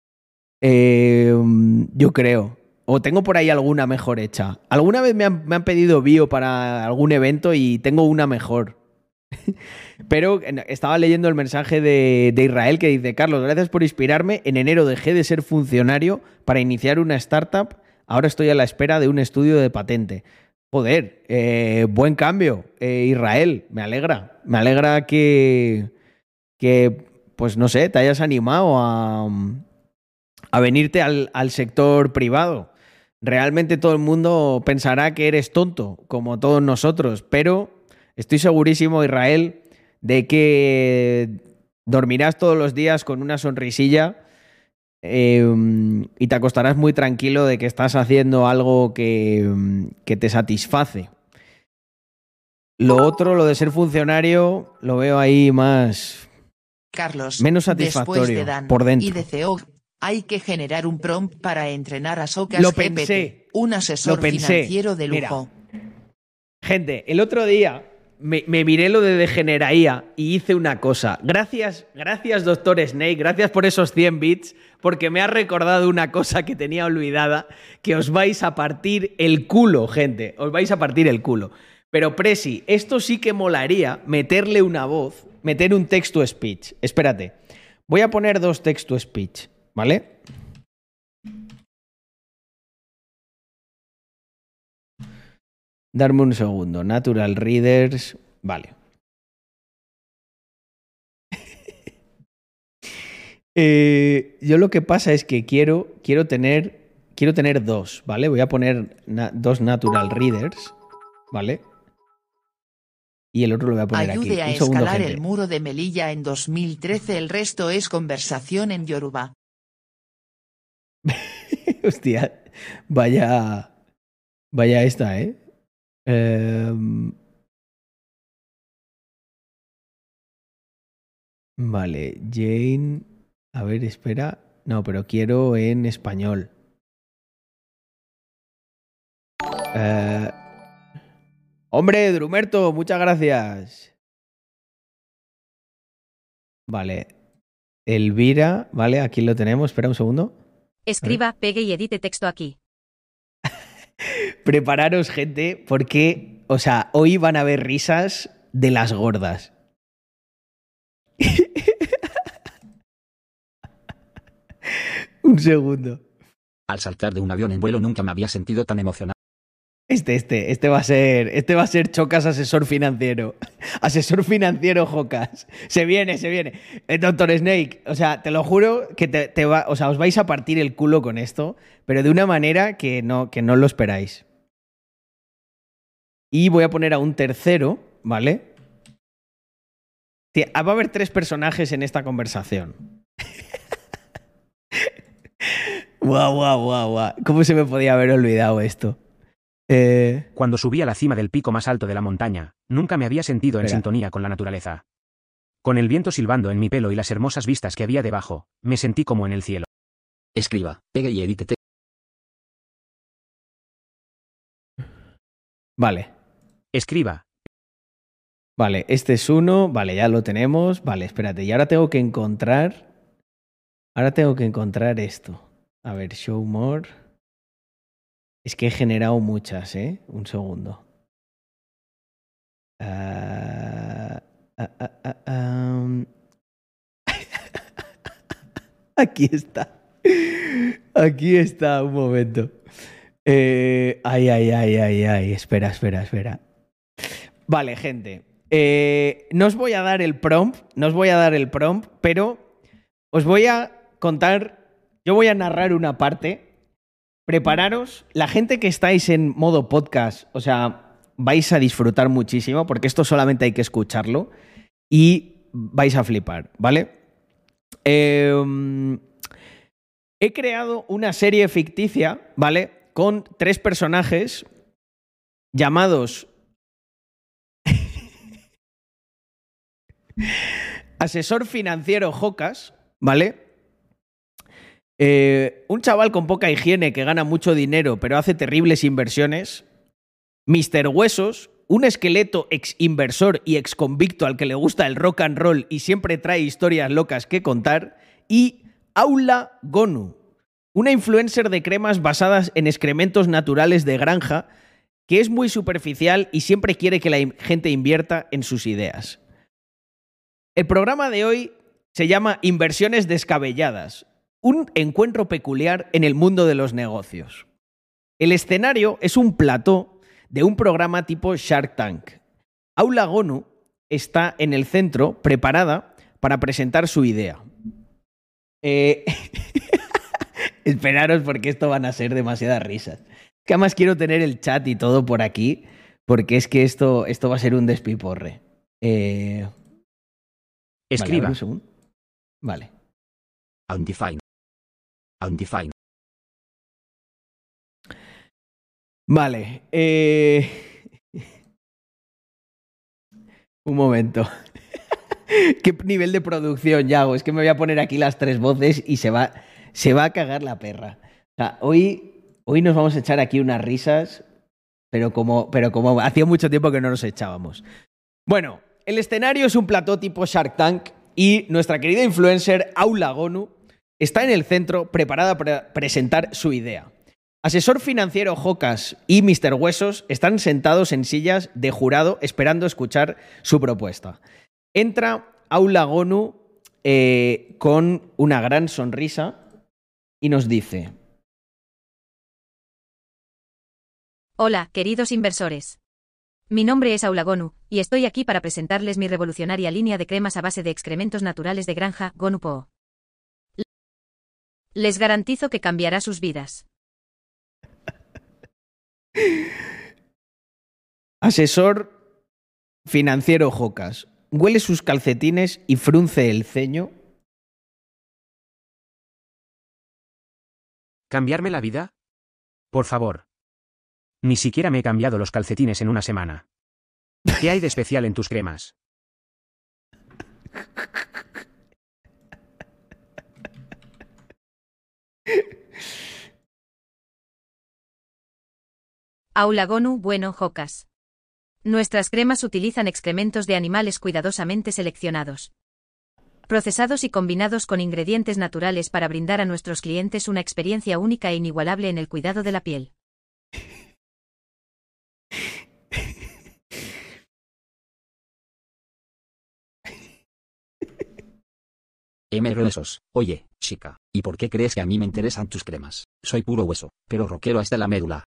Yo creo. O tengo por ahí alguna mejor hecha. Alguna vez me han pedido bio para algún evento y tengo una mejor. Pero estaba leyendo el mensaje de Israel que dice, Carlos, gracias por inspirarme. En enero dejé de ser funcionario para iniciar una startup. Ahora estoy a la espera de un estudio de patente. Joder, buen cambio, Israel. Me alegra. Me alegra que, pues no sé, te hayas animado a venirte al sector privado. Realmente todo el mundo pensará que eres tonto, como todos nosotros, pero estoy segurísimo, Israel, de que dormirás todos los días con una sonrisilla y te acostarás muy tranquilo de que estás haciendo algo que te satisface. Lo otro, lo de ser funcionario, lo veo ahí más... Carlos, menos satisfactorio después de Dan por dentro. Y de CEO, hay que generar un prompt para entrenar a Socas Lo GPT, pensé. un asesor financiero de lujo. Mira, gente, el otro día me miré lo de Degeneraía y hice una cosa. Gracias, Doctor Snake, gracias por esos 100 bits, porque me ha recordado una cosa que tenía olvidada, que os vais a partir el culo, gente. Os vais a partir el culo. Pero, Presi, esto sí que molaría meterle una voz, meter un text-to-speech. Espérate, voy a poner 2 text-to-speech, ¿vale? Darme un segundo. Natural Readers. Vale. Yo lo que pasa es que quiero tener 2, ¿vale? Voy a poner 2 Natural Readers, ¿vale? Y el otro lo voy a poner aquí. Ayude a escalar el muro de Melilla en 2013. El resto es conversación en Yoruba. Hostia, vaya esta, ¿eh? Vale, Jane. A ver, espera. No, pero quiero en español. Hombre, Drumerto, muchas gracias. Vale. Elvira, vale, aquí lo tenemos. Espera un segundo. Escriba, pegue y edite texto aquí. Prepararos, gente, porque, o sea, hoy van a haber risas de las gordas. Un segundo. Al saltar de un avión en vuelo nunca me había sentido tan emocionado. Este va a ser Chocas asesor financiero. Asesor financiero Jocas. Se viene. Doctor Snake, o sea, te lo juro que o sea, os vais a partir el culo con esto, pero de una manera que no lo esperáis. Y voy a poner a un tercero, ¿vale? Va a haber 3 personajes en esta conversación. Guau. ¿Cómo se me podía haber olvidado esto? Cuando subí a la cima del pico más alto de la montaña, nunca me había sentido en Espera. sintonía con la naturaleza. Con el viento silbando en mi pelo y las hermosas vistas que había debajo, me sentí como en el cielo. Escriba, pegue y edite texto. Vale. Escriba. Vale, este es uno. Vale, ya lo tenemos. Vale, espérate. Y ahora tengo que encontrar esto. A ver, show more. Es que he generado muchas, ¿eh? Un segundo. Aquí está, un momento. Ay. Espera. Vale, gente. No os voy a dar el prompt, pero os voy a contar, yo voy a narrar una parte. Prepararos, la gente que estáis en modo podcast, o sea, vais a disfrutar muchísimo porque esto solamente hay que escucharlo y vais a flipar, ¿vale? He creado una serie ficticia, ¿vale? Con 3 personajes llamados Asesor financiero Jocas, ¿vale? Un chaval con poca higiene que gana mucho dinero pero hace terribles inversiones. Mr. Huesos, un esqueleto ex inversor y ex convicto al que le gusta el rock and roll y siempre trae historias locas que contar. Y Aula Gonu, una influencer de cremas basadas en excrementos naturales de granja que es muy superficial y siempre quiere que la gente invierta en sus ideas. El programa de hoy se llama Inversiones descabelladas, un encuentro peculiar en el mundo de los negocios. El escenario es un plató de un programa tipo Shark Tank. Aula Gonu está en el centro, preparada para presentar su idea. Esperaros porque esto van a ser demasiadas risas. Que además quiero tener el chat y todo por aquí, porque es que esto va a ser un despiporre. Escriba. Vale. Undefined. Vale. Un momento. ¿Qué nivel de producción ya hago? Es que me voy a poner aquí las 3 voces y se va a cagar la perra. O sea, hoy nos vamos a echar aquí unas risas, pero como hacía mucho tiempo que no nos echábamos. Bueno, el escenario es un plató tipo Shark Tank y nuestra querida influencer Aula Gonu está en el centro preparada para presentar su idea. Asesor financiero Jocas y Mr. Huesos están sentados en sillas de jurado esperando escuchar su propuesta. Entra Aula Gonu con una gran sonrisa y nos dice: Hola, queridos inversores. Mi nombre es Aula Gonu, y estoy aquí para presentarles mi revolucionaria línea de cremas a base de excrementos naturales de granja, Gonu Po. Les garantizo que cambiará sus vidas. Asesor financiero Jocas huele sus calcetines y frunce el ceño. ¿Cambiarme la vida? Por favor. Ni siquiera me he cambiado los calcetines en una semana. ¿Qué hay de especial en tus cremas? Aula Gonu, bueno, Jocas. Nuestras cremas utilizan excrementos de animales cuidadosamente seleccionados, procesados y combinados con ingredientes naturales para brindar a nuestros clientes una experiencia única e inigualable en el cuidado de la piel. Huesos. Oye, chica, ¿y por qué crees que a mí me interesan tus cremas? Soy puro hueso, pero rockero hasta la médula.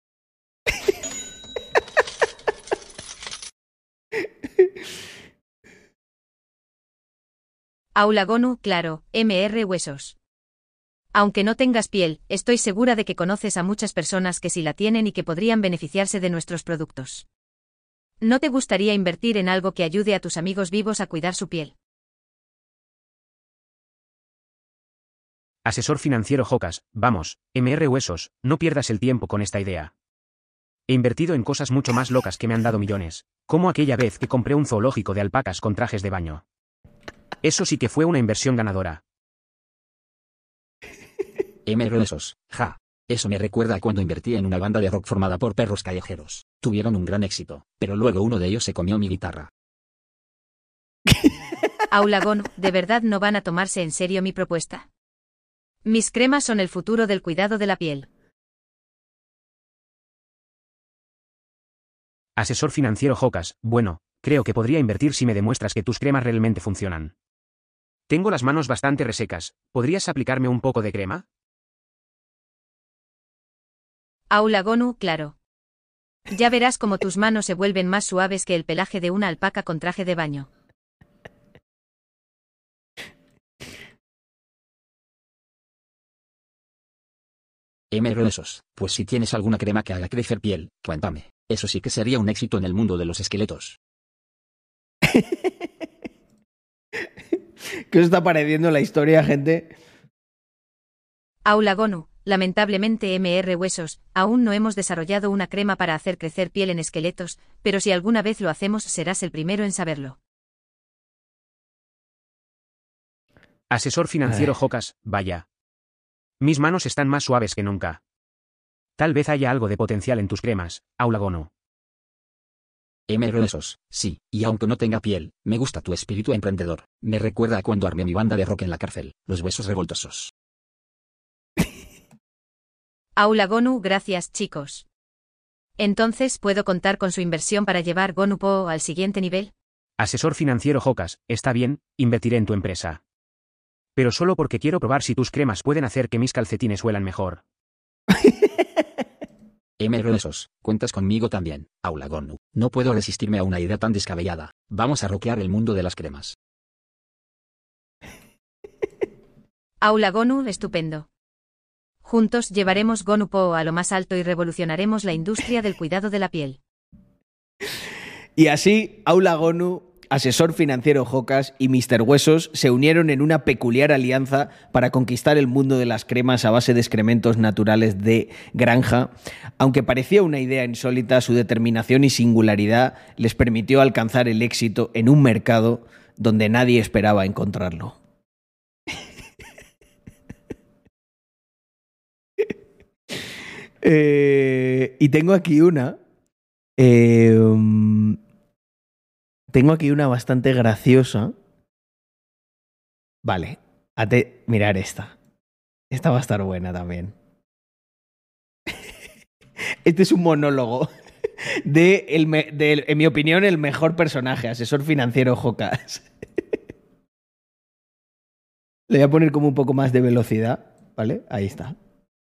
Aula Gonu, claro, Huesos. Aunque no tengas piel, estoy segura de que conoces a muchas personas que sí la tienen y que podrían beneficiarse de nuestros productos. ¿No te gustaría invertir en algo que ayude a tus amigos vivos a cuidar su piel? Asesor financiero Jocas, vamos, Huesos, no pierdas el tiempo con esta idea. He invertido en cosas mucho más locas que me han dado millones, como aquella vez que compré un zoológico de alpacas con trajes de baño. Eso sí que fue una inversión ganadora. Huesos, ja. Eso me recuerda a cuando invertí en una banda de rock formada por perros callejeros. Tuvieron un gran éxito, pero luego uno de ellos se comió mi guitarra. Aula Gonu, ¿de verdad no van a tomarse en serio mi propuesta? Mis cremas son el futuro del cuidado de la piel. Asesor financiero Jocas, bueno, creo que podría invertir si me demuestras que tus cremas realmente funcionan. Tengo las manos bastante resecas, ¿podrías aplicarme un poco de crema? Aula Gonu, claro. Ya verás cómo tus manos se vuelven más suaves que el pelaje de una alpaca con traje de baño. Huesos, pues si tienes alguna crema que haga crecer piel, cuéntame. Eso sí que sería un éxito en el mundo de los esqueletos. ¿Qué os está pareciendo la historia, gente? Aula Gonu, lamentablemente Huesos, aún no hemos desarrollado una crema para hacer crecer piel en esqueletos, pero si alguna vez lo hacemos serás el primero en saberlo. Asesor financiero Jocas, vaya. Mis manos están más suaves que nunca. Tal vez haya algo de potencial en tus cremas, Aula Gonu. Huesos, sí, y aunque no tenga piel, me gusta tu espíritu emprendedor. Me recuerda a cuando armé mi banda de rock en la cárcel, Los Huesos Revoltosos. Aula Gonu, gracias chicos. Entonces, ¿puedo contar con su inversión para llevar Gonu Po al siguiente nivel? Asesor financiero Jocas, está bien, invertiré en tu empresa. Pero solo porque quiero probar si tus cremas pueden hacer que mis calcetines huelan mejor. Huesos, cuentas conmigo también, Aula Gonu. No puedo resistirme a una idea tan descabellada. Vamos a rockear el mundo de las cremas. Aula Gonu, estupendo. Juntos llevaremos Gonu Po a lo más alto y revolucionaremos la industria del cuidado de la piel. Y así, Aula Gonu, asesor financiero Jocas y Mr. Huesos se unieron en una peculiar alianza para conquistar el mundo de las cremas a base de excrementos naturales de granja. Aunque parecía una idea insólita, su determinación y singularidad les permitió alcanzar el éxito en un mercado donde nadie esperaba encontrarlo. Y tengo aquí una tengo aquí una bastante graciosa. Vale, mirar esta. Esta va a estar buena también. Este es un monólogo en mi opinión, el mejor personaje, asesor financiero Jocas. Le voy a poner como un poco más de velocidad, ¿vale? Ahí está.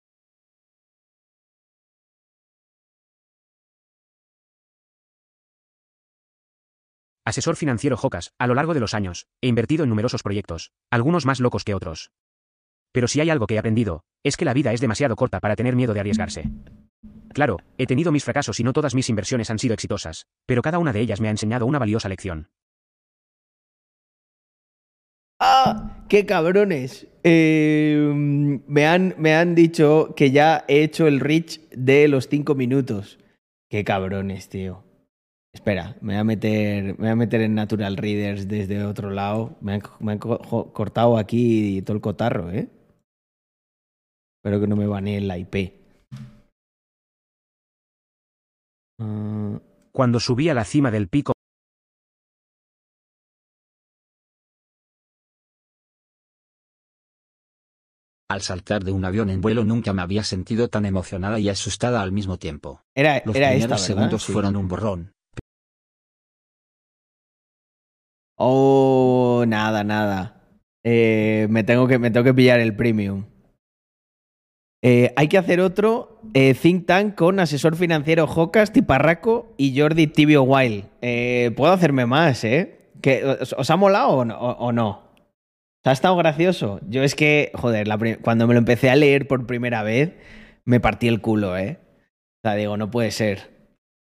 Asesor financiero Jocas, a lo largo de los años, he invertido en numerosos proyectos, algunos más locos que otros. Pero si hay algo que he aprendido, es que la vida es demasiado corta para tener miedo de arriesgarse. Claro, he tenido mis fracasos y no todas mis inversiones han sido exitosas, pero cada una de ellas me ha enseñado una valiosa lección. ¡Ah! ¡Qué cabrones! Me han dicho que ya he hecho el reach de los 5 minutos. ¡Qué cabrones, tío! Espera, me voy a meter en Natural Readers desde otro lado. Me han cortado aquí todo el cotarro, ¿eh? Espero que no me baneen la IP. Cuando subí a la cima del pico, Al saltar de un avión en vuelo nunca me había sentido tan emocionada y asustada al mismo tiempo. Era Los esta, primeros ¿verdad? segundos Sí. fueron un borrón. Oh, nada. Me tengo que pillar el premium. Hay que hacer otro think tank con asesor financiero Jocas, Tiparraco y Jordi Tibio Wild. Puedo hacerme más, ¿eh? ¿Os ha molado o no? ¿Os ha estado gracioso? Yo es que, joder, cuando me lo empecé a leer por primera vez, me partí el culo, ¿eh? O sea, digo, no puede ser.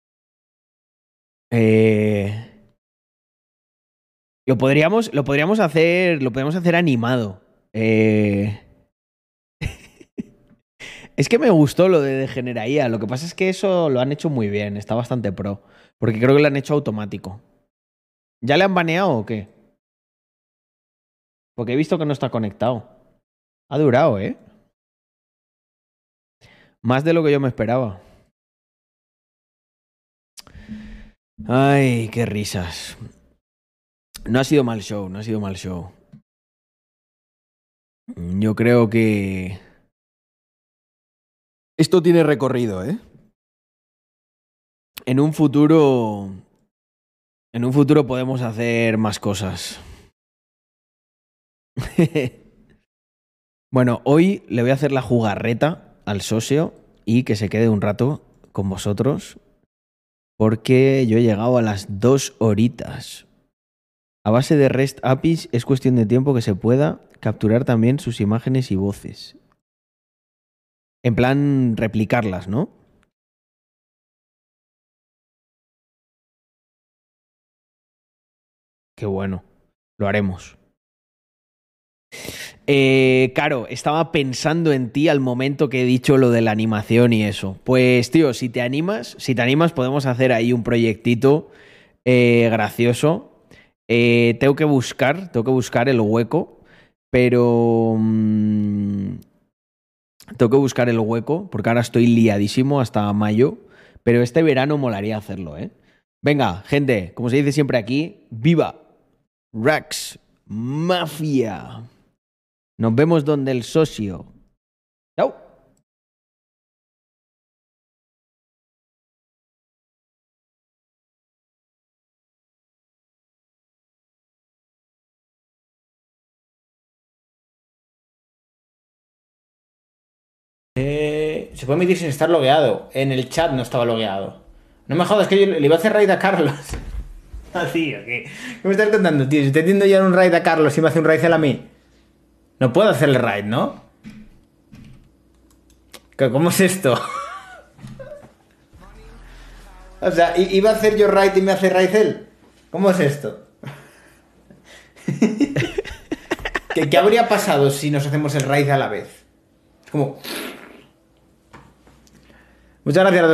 Lo podríamos hacer animado. Es que me gustó lo de Degeneraía. Lo que pasa es que eso lo han hecho muy bien. Está bastante pro. Porque creo que lo han hecho automático. ¿Ya le han baneado o qué? Porque he visto que no está conectado. Ha durado, ¿eh? Más de lo que yo me esperaba. Ay, qué risas. No ha sido mal show, no ha sido mal show. Yo creo que esto tiene recorrido, ¿eh? En un futuro podemos hacer más cosas. Bueno, hoy le voy a hacer la jugarreta al socio y que se quede un rato con vosotros porque yo he llegado a las 2 horitas. A base de REST APIs es cuestión de tiempo que se pueda capturar también sus imágenes y voces. En plan, replicarlas, ¿no? Qué bueno. Lo haremos. Caro, estaba pensando en ti al momento que he dicho lo de la animación y eso. Pues, tío, si te animas, podemos hacer ahí un proyectito gracioso. Tengo que buscar el hueco, pero tengo que buscar el hueco porque ahora estoy liadísimo hasta mayo, pero este verano molaría hacerlo, ¿eh? Venga, gente, como se dice siempre aquí, ¡viva Rax Mafia! Nos vemos donde el socio. ¡Chao! Se puede emitir sin estar logueado. En el chat no estaba logueado. No me jodas, que yo le iba a hacer raid a Carlos. Así, ¿o qué? ¿Qué me estás contando, tío? Si estoy haciendo ya un raid a Carlos y me hace un raid a mí. No puedo hacerle raid, ¿no? ¿Cómo es esto? O sea, iba a hacer yo raid y me hace raid él. ¿Cómo es esto? ¿Qué habría pasado si nos hacemos el raid a la vez? Es como... Muchas gracias a